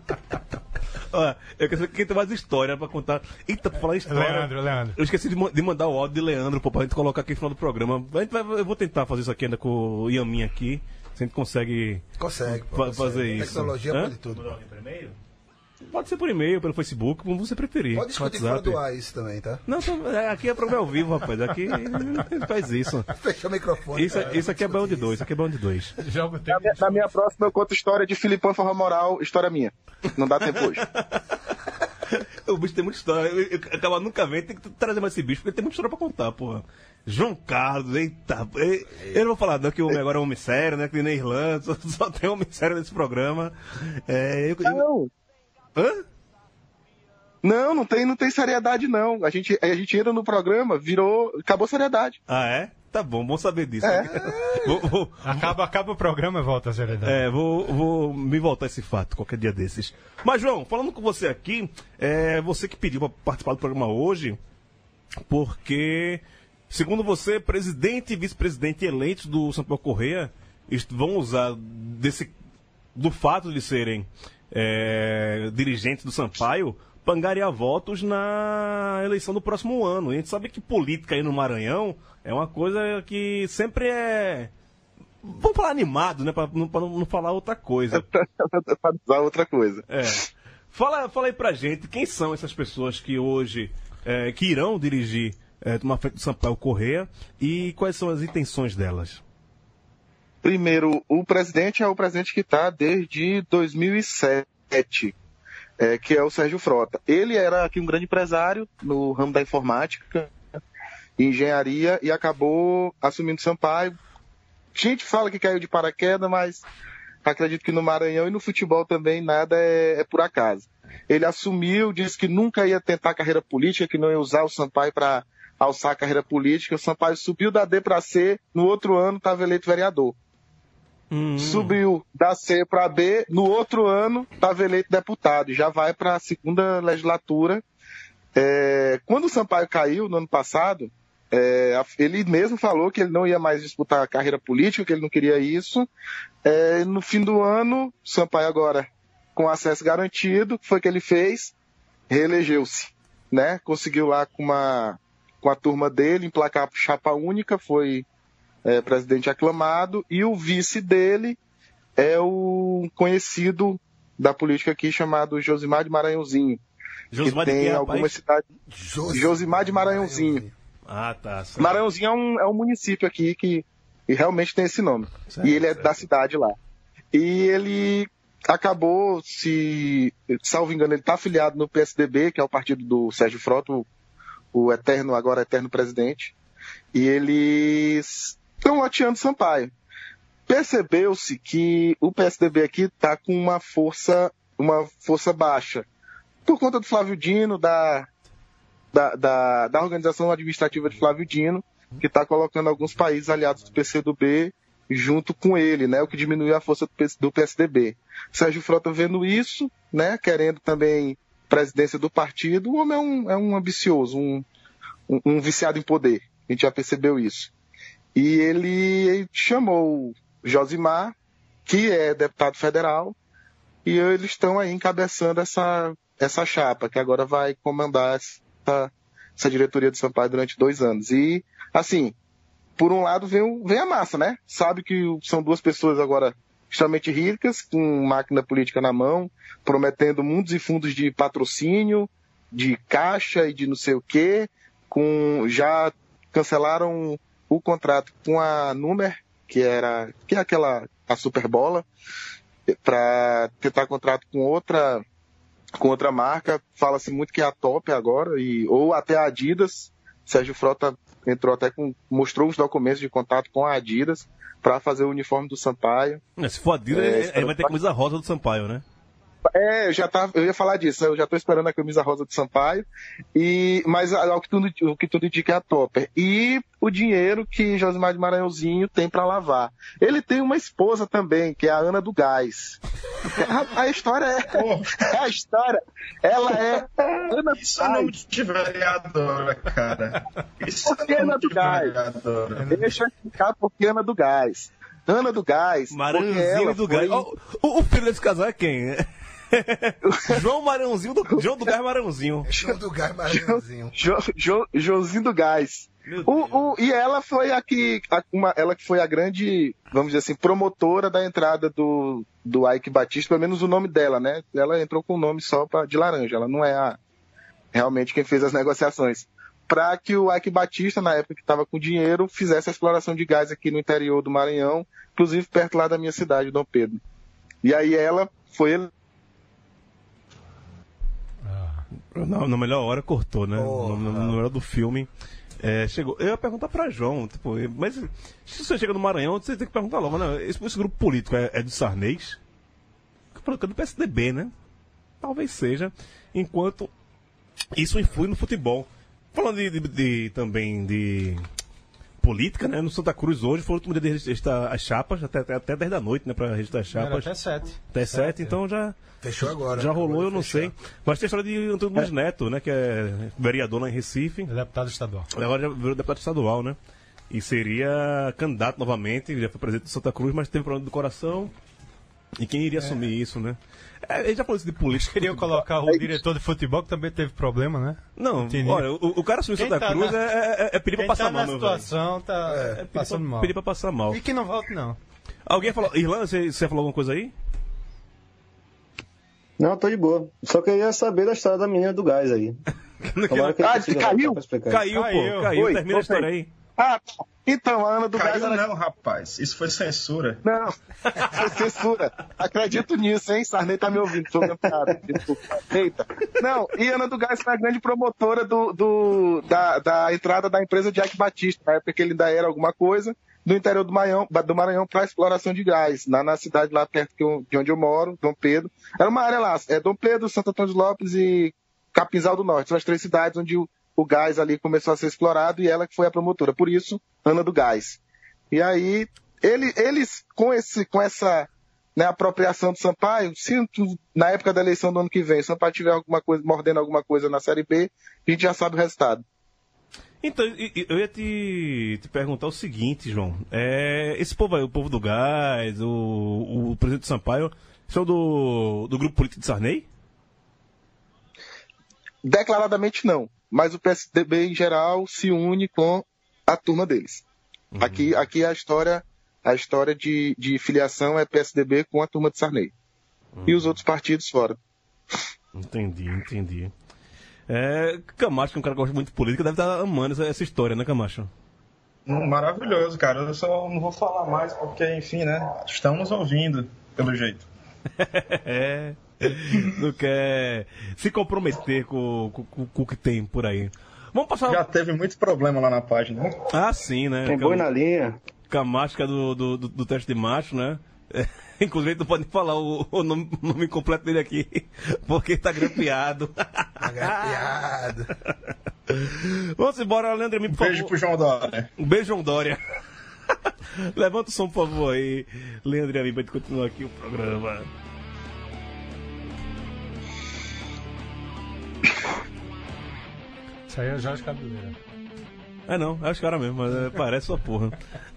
Olha, eu quero saber quem tem mais história pra contar. Eita, pra falar em história. Leandro. Eu esqueci de mandar o áudio de Leandro, pô, pra gente colocar aqui no final do programa. Eu vou tentar fazer isso aqui ainda com o Yamin aqui. Se a gente consegue fazer isso. Tecnologia pode tudo. Pode ser por e-mail, pelo Facebook, como você preferir. Pode discutir fora do ar isso também, tá? Não, aqui é programa ao vivo, rapaz. Aqui faz isso. Fecha o microfone. Isso aqui é bom de dois. Isso aqui é bom de dois. Jogo Na minha próxima eu conto história de Filipão Forra Moral, história minha. Não dá tempo hoje. O bicho tem muita história. Eu acabo nunca vendo, tem que trazer mais esse bicho, porque ele tem muita história pra contar, porra. João Carlos, eita. Eu não vou falar não, que o homem agora é um homem sério, né? Que nem na Irlanda, só tem homem sério nesse programa. Não. Hã? Não tem seriedade, não. A gente entra no programa, acabou a seriedade. Ah, é? Tá bom saber disso. Acaba o programa e volta a seriedade. Vou me voltar esse fato qualquer dia desses. Mas, João, falando com você aqui, você que pediu para participar do programa hoje, porque, segundo você, presidente e vice-presidente eleitos do Sampaio Corrêa vão usar do fato de serem dirigentes do Sampaio para angariar votos na eleição do próximo ano. E a gente sabe que política aí no Maranhão é uma coisa que sempre vamos falar animado, né? Para não falar outra coisa. Para usar outra coisa. Fala aí pra gente, quem são essas pessoas que hoje que irão dirigir uma frente do Sampaio Corrêa e quais são as intenções delas? Primeiro, o presidente é o presidente que está desde 2007, que é o Sérgio Frota. Ele era aqui um grande empresário no ramo da informática, engenharia, e acabou assumindo Sampaio. A gente fala que caiu de paraquedas, mas acredito que no Maranhão e no futebol também nada é por acaso. Ele assumiu, disse que nunca ia tentar carreira política, que não ia usar o Sampaio para alçar a carreira política. O Sampaio subiu da D para C, no outro ano estava eleito vereador. Subiu da C para B, no outro ano estava eleito deputado, já vai para a segunda legislatura. Quando o Sampaio caiu no ano passado, ele mesmo falou que ele não ia mais disputar a carreira política, que ele não queria isso. No fim do ano, o Sampaio agora, com acesso garantido, o que foi que ele fez? Reelegeu-se, né? Conseguiu lá com a turma dele emplacar chapa única, foi presidente aclamado, e o vice dele é o conhecido da política aqui chamado Josimar de Maranhãozinho. Josimar que de tem quê, algumas cidades. Josimar de Maranhãozinho. Ah, tá. Certo. Maranhãozinho é um município aqui que realmente tem esse nome. Certo, e ele é da cidade lá. E ele acabou, salvo engano, ele está afiliado no PSDB, que é o partido do Sérgio Frota, o agora eterno presidente. E eles estão loteando Sampaio. Percebeu-se que o PSDB aqui está com uma força baixa. Por conta do Flávio Dino, da organização administrativa de Flávio Dino, que está colocando alguns países aliados do PCdoB junto com ele, né, o que diminuiu a força do PSDB. Sérgio Frota vendo isso, né, querendo também presidência do partido. O homem é um ambicioso, um viciado em poder. A gente já percebeu isso. E ele chamou o Josimar, que é deputado federal, e eles estão aí encabeçando essa chapa, que agora vai comandar essa diretoria do Sampaio durante 2 anos. E, assim, por um lado vem a massa, né? Sabe que são 2 pessoas agora extremamente ricas, com máquina política na mão, prometendo mundos e fundos de patrocínio, de caixa e de não sei o quê, já cancelaram o contrato com a Númer, que é a Superbola, para tentar contrato com outra marca. Fala-se muito que é a Top agora, ou até a Adidas. Sérgio Frota entrou mostrou os documentos de contato com a Adidas para fazer o uniforme do Sampaio. Se for Adidas, ele vai ter camisa rosa do Sampaio, né? Eu ia falar disso, eu já estou esperando a camisa rosa do Sampaio, mas o que tudo indica é a Topper. E o dinheiro que Josimar de Maranhãozinho tem para lavar. Ele tem uma esposa também, que é a Ana do Gás. A história ela é Ana Isso é nome de vereadora, cara. Isso é Ana do Gás. Deixa eu explicar por que Ana do Gás. Ana do Gás. Maranhãozinho do Gás. O filho desse casal é quem? João Marãozinho João do Gás Marãozinho. João do Gás Marãozinho. Joãozinho do Gás. E ela foi ela que foi a grande, vamos dizer assim, promotora da entrada do Ike Batista, pelo menos o nome dela, né? Ela entrou com o nome só de laranja, ela não é realmente quem fez as negociações. Para que o Ike Batista, na época que estava com dinheiro, fizesse a exploração de gás aqui no interior do Maranhão, inclusive perto lá da minha cidade, Dom Pedro. E aí ela foi... Na melhor hora cortou, né? Na hora do filme. Chegou. Eu ia perguntar pra João, mas se você chega no Maranhão, você tem que perguntar logo, né? Esse grupo político é do Sarnez? É do PSDB, né? Talvez seja. Enquanto isso influi no futebol. Falando também de política, né? No Santa Cruz hoje foi o último dia de registrar as chapas, até 10 da noite, né? Pra registrar as chapas. Até 7. Até 7, então já... Fechou agora. Já rolou, agora eu não sei. Mas tem a história de Antônio Luiz Neto, né? Que é vereador lá em Recife. É deputado estadual. Agora já virou deputado estadual, né? E seria candidato novamente, já foi presidente do Santa Cruz, mas teve problema do coração. E quem iria assumir isso, né? Ele já falou isso de política. Queriam colocar o diretor de futebol, que também teve problema, né? Não, olha, o cara assumir Santa Cruz é pedir pra passar mal, meu velho. A situação tá passando mal. Pedir pra passar mal. E que não volte, não. Alguém falou... Irlanda, você falou alguma coisa aí? Não, tô de boa. Só queria saber da história da menina do gás aí. Caiu. Oi, termina a história aí. Então, a Ana do Gás... Não, rapaz. Isso foi censura. Não, foi censura. Acredito nisso, hein? Sarney tá me ouvindo. Sou meu cara. Eita. Não, e a Ana do Gás foi a grande promotora da entrada da empresa de Ike Batista, na época que ele ainda era alguma coisa, do interior do Maranhão para exploração de gás, na cidade lá perto de onde eu moro, Dom Pedro. Era uma área lá, Dom Pedro, Santo Antônio de Lopes e Capinzal do Norte. São as 3 cidades onde o gás ali começou a ser explorado e ela que foi a promotora. Por isso, Ana do Gás. E aí, eles com essa apropriação do Sampaio, se na época da eleição do ano que vem o Sampaio tiver alguma coisa, mordendo alguma coisa na Série B, a gente já sabe o resultado. Então, eu ia te perguntar o seguinte, João. Esse povo aí, o povo do gás, o presidente do Sampaio, são do grupo político de Sarney? Declaradamente não, mas o PSDB em geral se une com a turma deles. Aqui a história de filiação é PSDB com a turma de Sarney. E os outros partidos fora. Entendi. Camacho, que é um cara que gosta muito de política, deve estar amando essa história, né, Camacho? Maravilhoso, cara. Eu só não vou falar mais porque, enfim, né? Estamos ouvindo, pelo jeito. Não quer se comprometer com o que tem por aí. Vamos passar... Já teve muito problema lá na página, né? Ah, sim, né? Tem boi na linha. Camacho, que é do teste de macho, né? Inclusive, não pode falar o nome completo dele aqui, porque tá grampeado. Tá grampeado. Vamos embora, Leandro Amin, por favor. Beijo pro João Dória. Um beijo, João Dória. Levanta o som, por favor, aí, Leandro Amin, pra gente continuar aqui o programa. Isso aí é o Jorge Cabeleira. Não, é os caras mesmo, mas parece sua porra.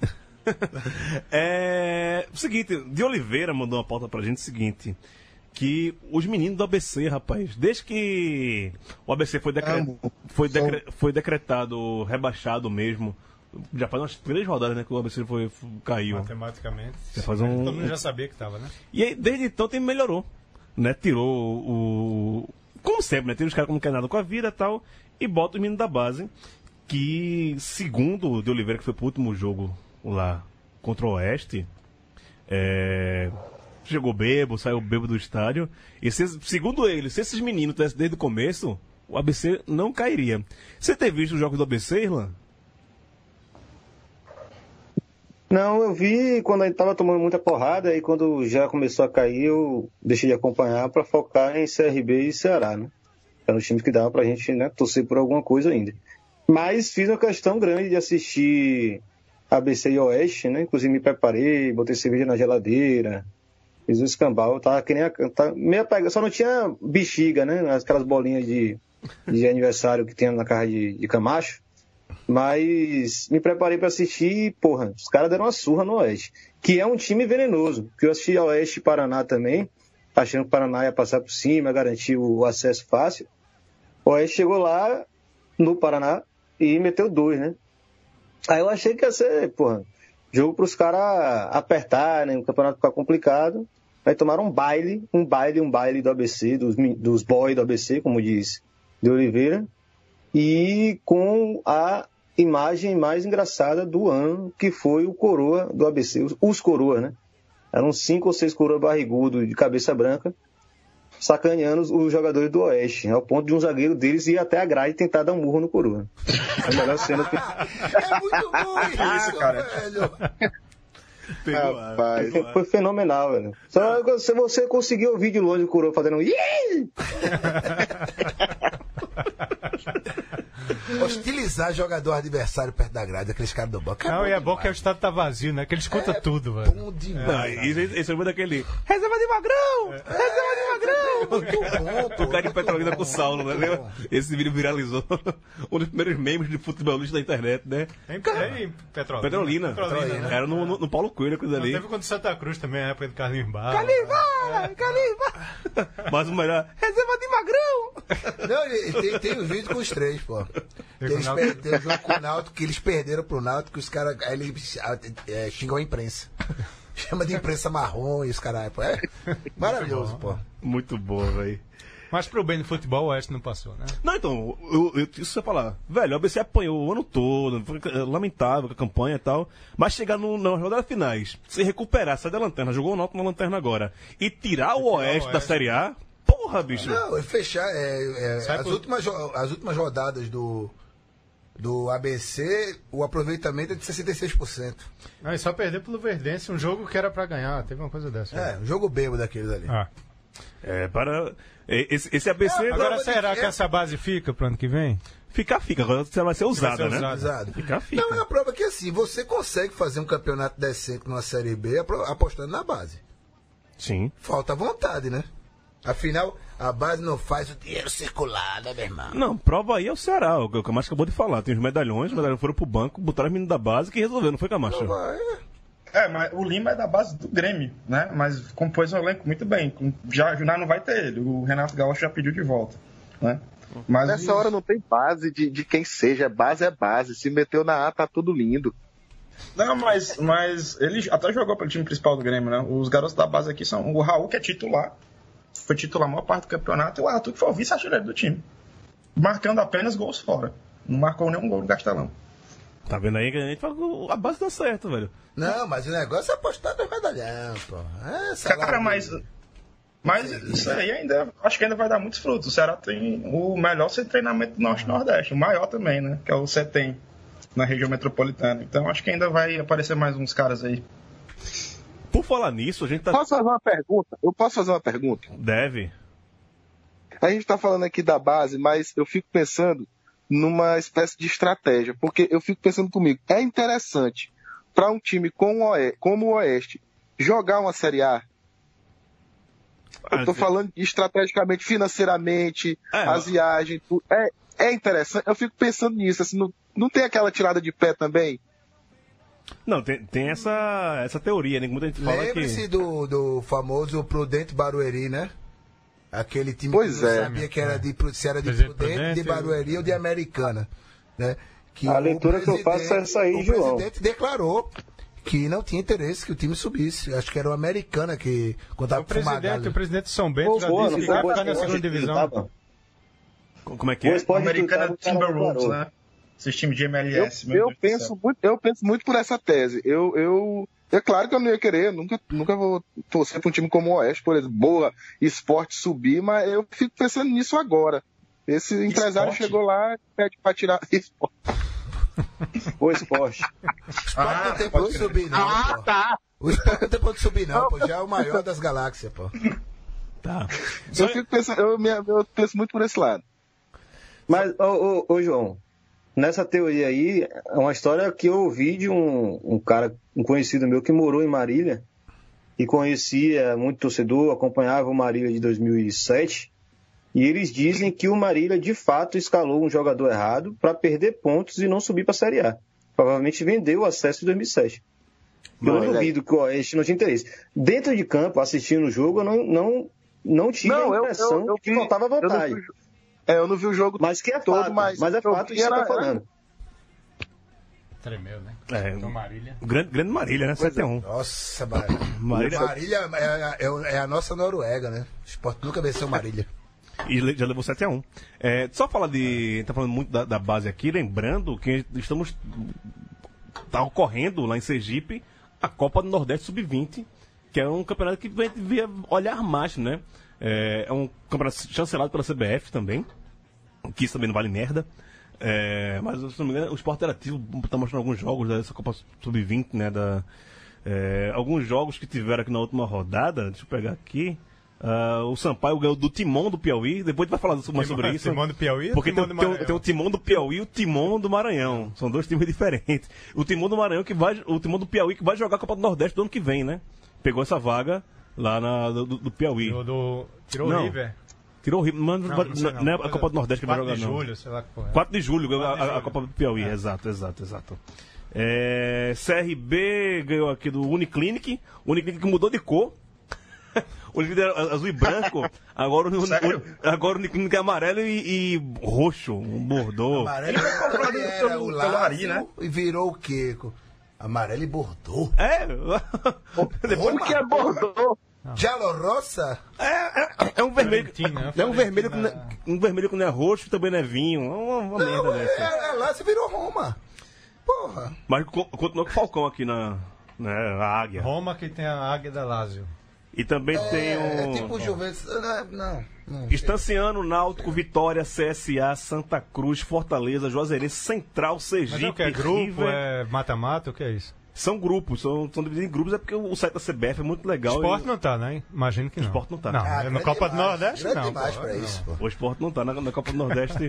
O seguinte, de Oliveira mandou uma pauta pra gente, o seguinte, que os meninos do ABC, rapaz, desde que o ABC foi decretado rebaixado mesmo Já faz umas 3 rodadas, né, que o ABC caiu. Matematicamente. Todo mundo já sabia que tava, né? E aí, desde então, o time melhorou. Né? Tirou o... Como sempre, né? Tira os caras como não quer nada com a vida e tal, e bota os meninos da base, que, segundo o de Oliveira, que foi pro último jogo lá contra o Oeste, chegou bêbado, saiu bêbado do estádio, e segundo ele, se esses meninos tivessem desde o começo, o ABC não cairia. Você tem visto os jogos do ABC, Irlan? Não, eu vi quando a gente tava tomando muita porrada, e quando já começou a cair, eu deixei de acompanhar para focar em CRB e Ceará, né? Eram os times que dava pra gente, né, torcer por alguma coisa ainda. Mas fiz uma questão grande de assistir ABC e Oeste, né? Inclusive me preparei, botei cerveja na geladeira, fiz um escambau, tava que nem meio apegado, só não tinha bexiga, né? Aquelas bolinhas de aniversário que tem na casa de Camacho. Mas me preparei para assistir e, porra, os caras deram uma surra no Oeste, que é um time venenoso, que eu assisti ao Oeste e Paraná também, achando que o Paraná ia passar por cima, garantir o acesso fácil. O Oeste chegou lá no Paraná e meteu 2, né? Aí eu achei que ia ser, porra, jogo para os caras apertar, né? O campeonato ficar complicado. Aí tomaram um baile do ABC, dos boys do ABC, como diz de Oliveira, e com a imagem mais engraçada do ano, que foi o coroa do ABC, os coroas, né? Eram 5 ou 6 coroas barrigudos de cabeça branca, sacaneando os jogadores do Oeste, ao ponto de um zagueiro deles ir até a grade e tentar dar um murro no coroa. A melhor cena que... É muito bom isso, cara. Velho. Rapaz, foi fenomenal, velho. Só se você conseguir ouvir de longe o coroa fazendo hostilizar jogador adversário perto da grade, aqueles caras do banco. Não, e é bom que o estado tá vazio, né? Que ele escuta tudo, velho. Bom demais. Esse é o daquele. Reserva de Magrão! Reserva de Magrão! Muito bom, O cara de Petrolina com o Saulo, né? Esse vídeo viralizou. Um dos primeiros memes de futebolista da internet, né? Em Petrolina. Era no Paulo Coelho, coisa ali. Teve contra Santa Cruz também, a época do Carlinhos Barra. Carlinhos Barra! Mas o melhor, reserva de Magrão! Não, tem um vídeo com os 3, pô. Tem um jogo com o Náutico que eles perderam pro Náutico, que os caras xingam a imprensa. Chama de imprensa marrom e os caras. É maravilhoso, pô. Muito bom, velho. Mas pro bem do futebol, o Oeste não passou, né? Não, então, isso você falar. Velho, o ABC apanhou o ano todo, foi lamentável com a campanha e tal. Mas chegar nas rodadas finais, se recuperar, sair da lanterna, jogou o Náutico na lanterna agora, e tirar o Oeste da Série A, porra, bicho. Não, fechar. As últimas rodadas do ABC, o aproveitamento é de 66%. Não, e só perder pro Luverdense, um jogo que era pra ganhar. Teve uma coisa dessa. Um jogo bêbado daqueles ali. Esse ABC... Agora, será que essa base fica pro ano que vem? Fica. Agora ela vai ser usada, né? Fica. Não, é a prova que assim, você consegue fazer um campeonato decente numa Série B apostando na base. Sim. Falta vontade, né? Afinal, a base não faz o dinheiro circular, né, meu irmão? Não, prova aí é o Ceará, o Camacho acabou de falar. Tem os medalhões foram pro banco, botaram os meninos da base que resolveu, não foi, Camacho? Mas o Lima é da base do Grêmio, né? Mas compôs um elenco muito bem. Já não vai ter ele. O Renato Gaúcho já pediu de volta, né? Mas nessa hora não tem base de quem seja. Base é base. Se meteu na A, tá tudo lindo. Não, mas ele até jogou pelo time principal do Grêmio, né? Os garotos da base aqui são o Raul, que é titular. Foi titular a maior parte do campeonato. E o Arthur, que foi o vice-artilheiro do time. Marcando apenas gols fora. Não marcou nenhum gol no Castelão. Tá vendo aí que a gente fala que a base dá certo, velho. Não, mas o negócio é apostar no medalhão, pô. Cara, mas isso aí acho que ainda vai dar muitos frutos. O Ceará tem o melhor centro de treinamento do Norte e Nordeste, o maior também, né? Que é o CETEM, na região metropolitana. Então acho que ainda vai aparecer mais uns caras aí. Por falar nisso, a gente tá... Posso fazer uma pergunta? Eu posso fazer uma pergunta? Deve. A gente tá falando aqui da base, mas eu fico pensando numa espécie de estratégia, porque eu fico pensando comigo, é interessante para um time como o Oeste jogar uma Série A? Eu tô falando estrategicamente, financeiramente, as viagens, tudo. É interessante, eu fico pensando nisso, assim, não tem aquela tirada de pé também? Não, tem essa teoria, né? Muita gente fala que... Lembre-se do famoso Prudente Barueri, né? Aquele time pois que não sabia que era se era de Prudente, de Barueri ou de Americana, né? que a leitura que eu faço é essa aí, João. O presidente declarou que não tinha interesse que o time subisse. Acho que era o Americana que contava com o presidente São Bento já disse que vai ficar na segunda divisão. Como é que é? O Americana Timberwolves, né? Esses times de MLS. Eu penso muito por essa tese. É claro que eu não ia querer, nunca vou torcer para um time como o Oeste, por exemplo, Boa Esporte subir, mas eu fico pensando nisso agora. Esse empresário chegou lá e pede para tirar esporte. O Esporte. Não tem pra onde subir, não. Tá. O Esporte não tem pra onde subir, não, pô. Já é o maior das galáxias, pô. Tá. Eu fico pensando, eu penso muito por esse lado. Mas, ô João, nessa teoria aí, é uma história que eu ouvi de um cara, um conhecido meu que morou em Marília e conhecia muito torcedor, acompanhava o Marília de 2007, e eles dizem que o Marília de fato escalou um jogador errado para perder pontos e não subir para a Série A. Provavelmente vendeu o acesso em 2007. Eu não duvido que o Oeste não tinha interesse. Dentro de campo, assistindo o jogo, eu não tive a impressão de que faltava vontade. Eu não vi o jogo mas que é todo, fato, mas é fato isso que você tá falando. Tremeu, né? Então Marília. Grande Marília, né? 7-1. Nossa, Marília é a nossa Noruega, né? O Sport nunca venceu Marília. E já levou 7-1. Só falar de... A gente tá falando muito da base aqui, lembrando que tá ocorrendo lá em Sergipe a Copa do Nordeste Sub-20, que é um campeonato que devia olhar mais, né? É um campeonato chancelado pela CBF também, que isso também não vale merda. Mas, se não me engano, o Sport Interativo está mostrando alguns jogos dessa Copa Sub-20, né? Alguns jogos que tiveram aqui na última rodada. Deixa eu pegar aqui. O Sampaio ganhou do Timão do Piauí. Depois a gente vai falar mais sobre isso. Timão do Piauí? Porque tem o Timão do Piauí e o Timão do Maranhão. São dois times diferentes. O Timão do Maranhão o Timão do Piauí que vai jogar a Copa do Nordeste do ano que vem, né? Pegou essa vaga lá do Piauí. Tirou o River? Tirou o River, mas não é a Copa do Nordeste que vai jogar, não. 4 de julho, sei lá qual é. 4 de julho, a Copa do Piauí, exato. CRB ganhou aqui do Uniclinic. O Uniclinic mudou de cor. O Uniclinic era azul e branco. Agora o Uniclinic é amarelo e roxo, um bordô. Amarelo era o Lázio, né? E virou o quê? Amarelo e bordô. Depois que é bordô. Giallo Rossa? É um vermelho. Um vermelho que não é roxo, também não é vinho. Uma merda dessa. Lá você virou Roma. Porra. Mas continua com o Falcão aqui na Águia. Roma que tem a Águia da Lazio. E também tem É tipo Juventus. Não. Estanciano, Náutico, Vitória, CSA, Santa Cruz, Fortaleza, Juazeirense, Central, Sergipe. Mas é o que é grupo? É mata-mata? O que é isso? São grupos, são divididos em grupos, é porque o site da CBF é muito legal. O Sport não tá, né? Imagino que não. O Sport não tá. Não, na Copa do Nordeste não. Demais pra isso, pô. O Sport não tá na Copa do Nordeste.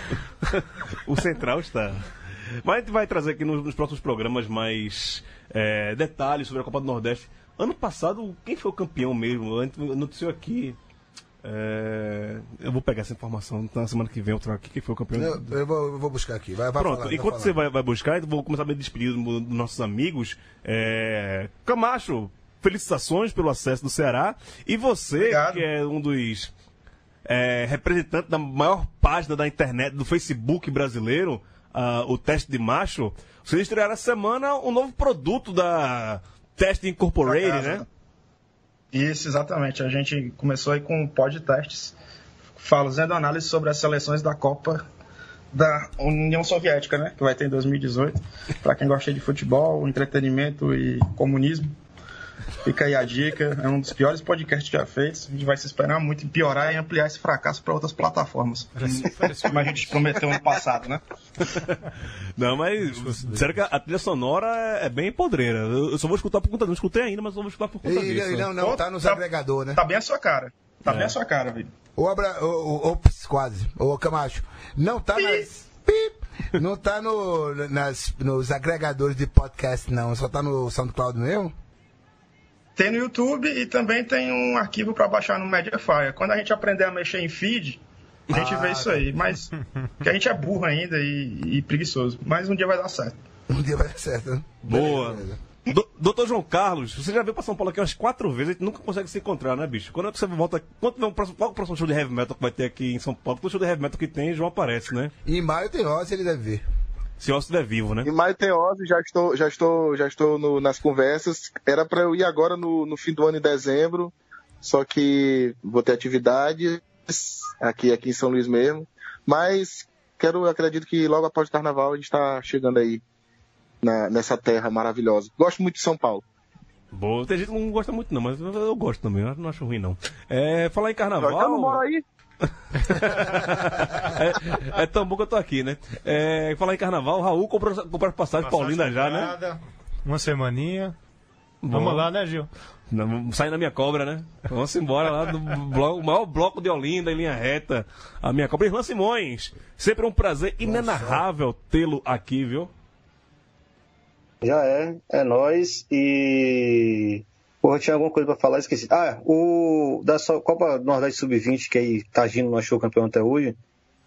O Central está. Mas a gente vai trazer aqui nos próximos programas mais detalhes sobre a Copa do Nordeste. Ano passado, quem foi o campeão mesmo? A gente noticiou aqui. Eu vou pegar essa informação na semana que vem. Eu trago aqui quem foi o campeão. Eu vou buscar aqui. Vai Pronto, falar, enquanto você vai buscar, eu vou começar a me despedir dos nossos amigos. Camacho, felicitações pelo acesso do Ceará. E você, obrigado, que é um dos representantes da maior página da internet, do Facebook brasileiro, o Teste de Macho, vocês estrearam essa semana um novo produto da Teste Incorporated, né? Isso, exatamente. A gente começou aí com podcasts fazendo análise sobre as seleções da Copa da União Soviética, né? Que vai ter em 2018. Para quem gosta de futebol, entretenimento e comunismo, fica aí a dica. É um dos piores podcasts já feitos. A gente vai se esperar muito em piorar e ampliar esse fracasso para outras plataformas. Como a gente prometeu ano passado, né? Não, mas sério que a trilha sonora é bem podreira. Eu só vou escutar por conta disso. Não escutei ainda, mas vou escutar por conta disso. Não, tá nos agregadores, né? Tá bem a sua cara. Tá bem a sua cara, velho. Quase. Ô, Camacho. Não tá nas... Não tá nos agregadores de podcast, não. Só tá no SoundCloud mesmo? Tem no YouTube e também tem um arquivo para baixar no Mediafire. Quando a gente aprender a mexer em feed, a gente vê isso aí. Mas que a gente é burro ainda e preguiçoso. Mas um dia vai dar certo. Um dia vai dar certo, né? Boa. Doutor João Carlos, você já veio para São Paulo aqui umas 4 vezes, a gente nunca consegue se encontrar, né, bicho? Quando é que você volta? Qual é o próximo show de heavy metal que vai ter aqui em São Paulo? Todo show de heavy metal que tem, João aparece, né? Em maio tem Rosa, ele deve vir. Se o Ozzy estiver vivo, né? Em maio tem Ozzy, já estou nas conversas. Era para eu ir agora no fim do ano, em dezembro, só que vou ter atividades aqui em São Luís mesmo. Mas acredito que logo após o Carnaval a gente está chegando aí nessa terra maravilhosa. Gosto muito de São Paulo. Boa, tem gente que não gosta muito não, mas eu gosto também, eu não acho ruim não. Falar em Carnaval... Então não mora aí? é tão bom que eu tô aqui, né? Falar em Carnaval, o Raul comprou passagem Paulina já, né? Uma semaninha. Bom. Vamos lá, né, Gil? Sai na minha cobra, né? Vamos embora lá do maior bloco de Olinda, em linha reta. A minha cobra, Irlan Simões. Sempre um prazer inenarrável tê-lo aqui, viu? Já é nóis. E... Porra, tinha alguma coisa pra falar, esqueci. O da Copa Nordeste Sub-20, que aí Tagino não achou campeão até hoje.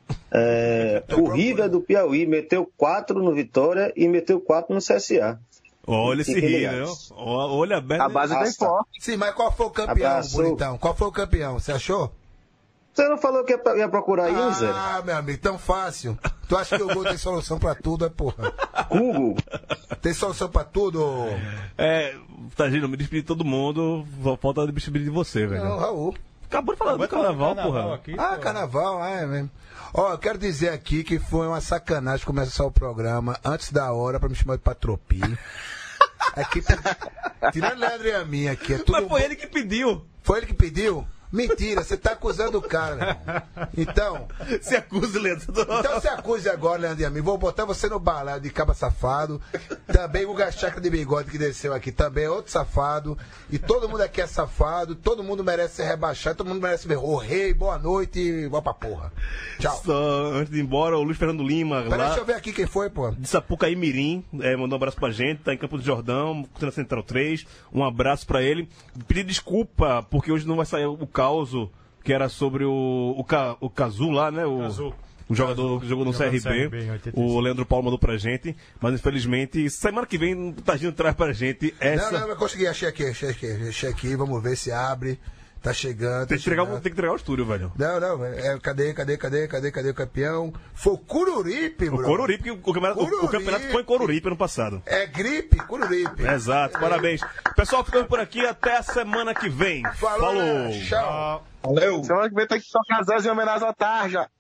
O River do Piauí meteu 4 no Vitória e meteu 4 no CSA. Olha esse River, viu? Olha aberto. A base bem forte. Sim, mas qual foi o campeão, bonitão? Qual foi o campeão? Você achou? Você não falou que ia procurar aí, Zé? Meu amigo, tão fácil. Tu acha que o gol tem solução pra tudo, porra? Google. Tem solução pra tudo? Tagino, me despedi de todo mundo. Falta me despedir de você, velho. Não, Raul. Acabou de falar do Carnaval, porra. Aqui, Carnaval, mesmo. Eu quero dizer aqui que foi uma sacanagem começar o programa antes da hora pra me chamar de Patropi. Aqui, tirando Leandro e a minha aqui. Mas foi ele que pediu. Foi ele que pediu? Mentira, você tá acusando o cara, meu irmão. Então. Se acuse, Leandro. Então se acuse agora, Leandro e a mim. Vou botar você no balaio de caba safado. Também o Gachaca de bigode que desceu aqui também é outro safado. E todo mundo aqui é safado. Todo mundo merece ser rebaixado. Todo mundo merece ver. Ô rei, boa noite e boa pra porra. Tchau. Só antes de ir embora, o Luiz Fernando Lima. Peraí, deixa eu ver aqui quem foi, pô. De Sapucaí Mirim. Mandou um abraço pra gente. Tá em Campo do Jordão, na Central 3. Um abraço pra ele. Pedir desculpa, porque hoje não vai sair o caos que era sobre o Cazu lá, né? O jogador que jogou no CRB. O Leandro Paulo mandou pra gente. Mas infelizmente, semana que vem o Tagino traz pra gente essa. Não, eu consegui, achei aqui. Vamos ver se abre. Tá chegando. Tem que entregar o estúdio, velho. Não. Cadê o campeão? Foi o Coruripe, bro. O Coruripe, o campeonato foi em Coruripe ano passado. É gripe, Coruripe. Exato, parabéns. Pessoal, ficando por aqui até a semana que vem. Falou. Tchau. Valeu. Semana que vem tem que tocar Zé em homenagem à Tarja.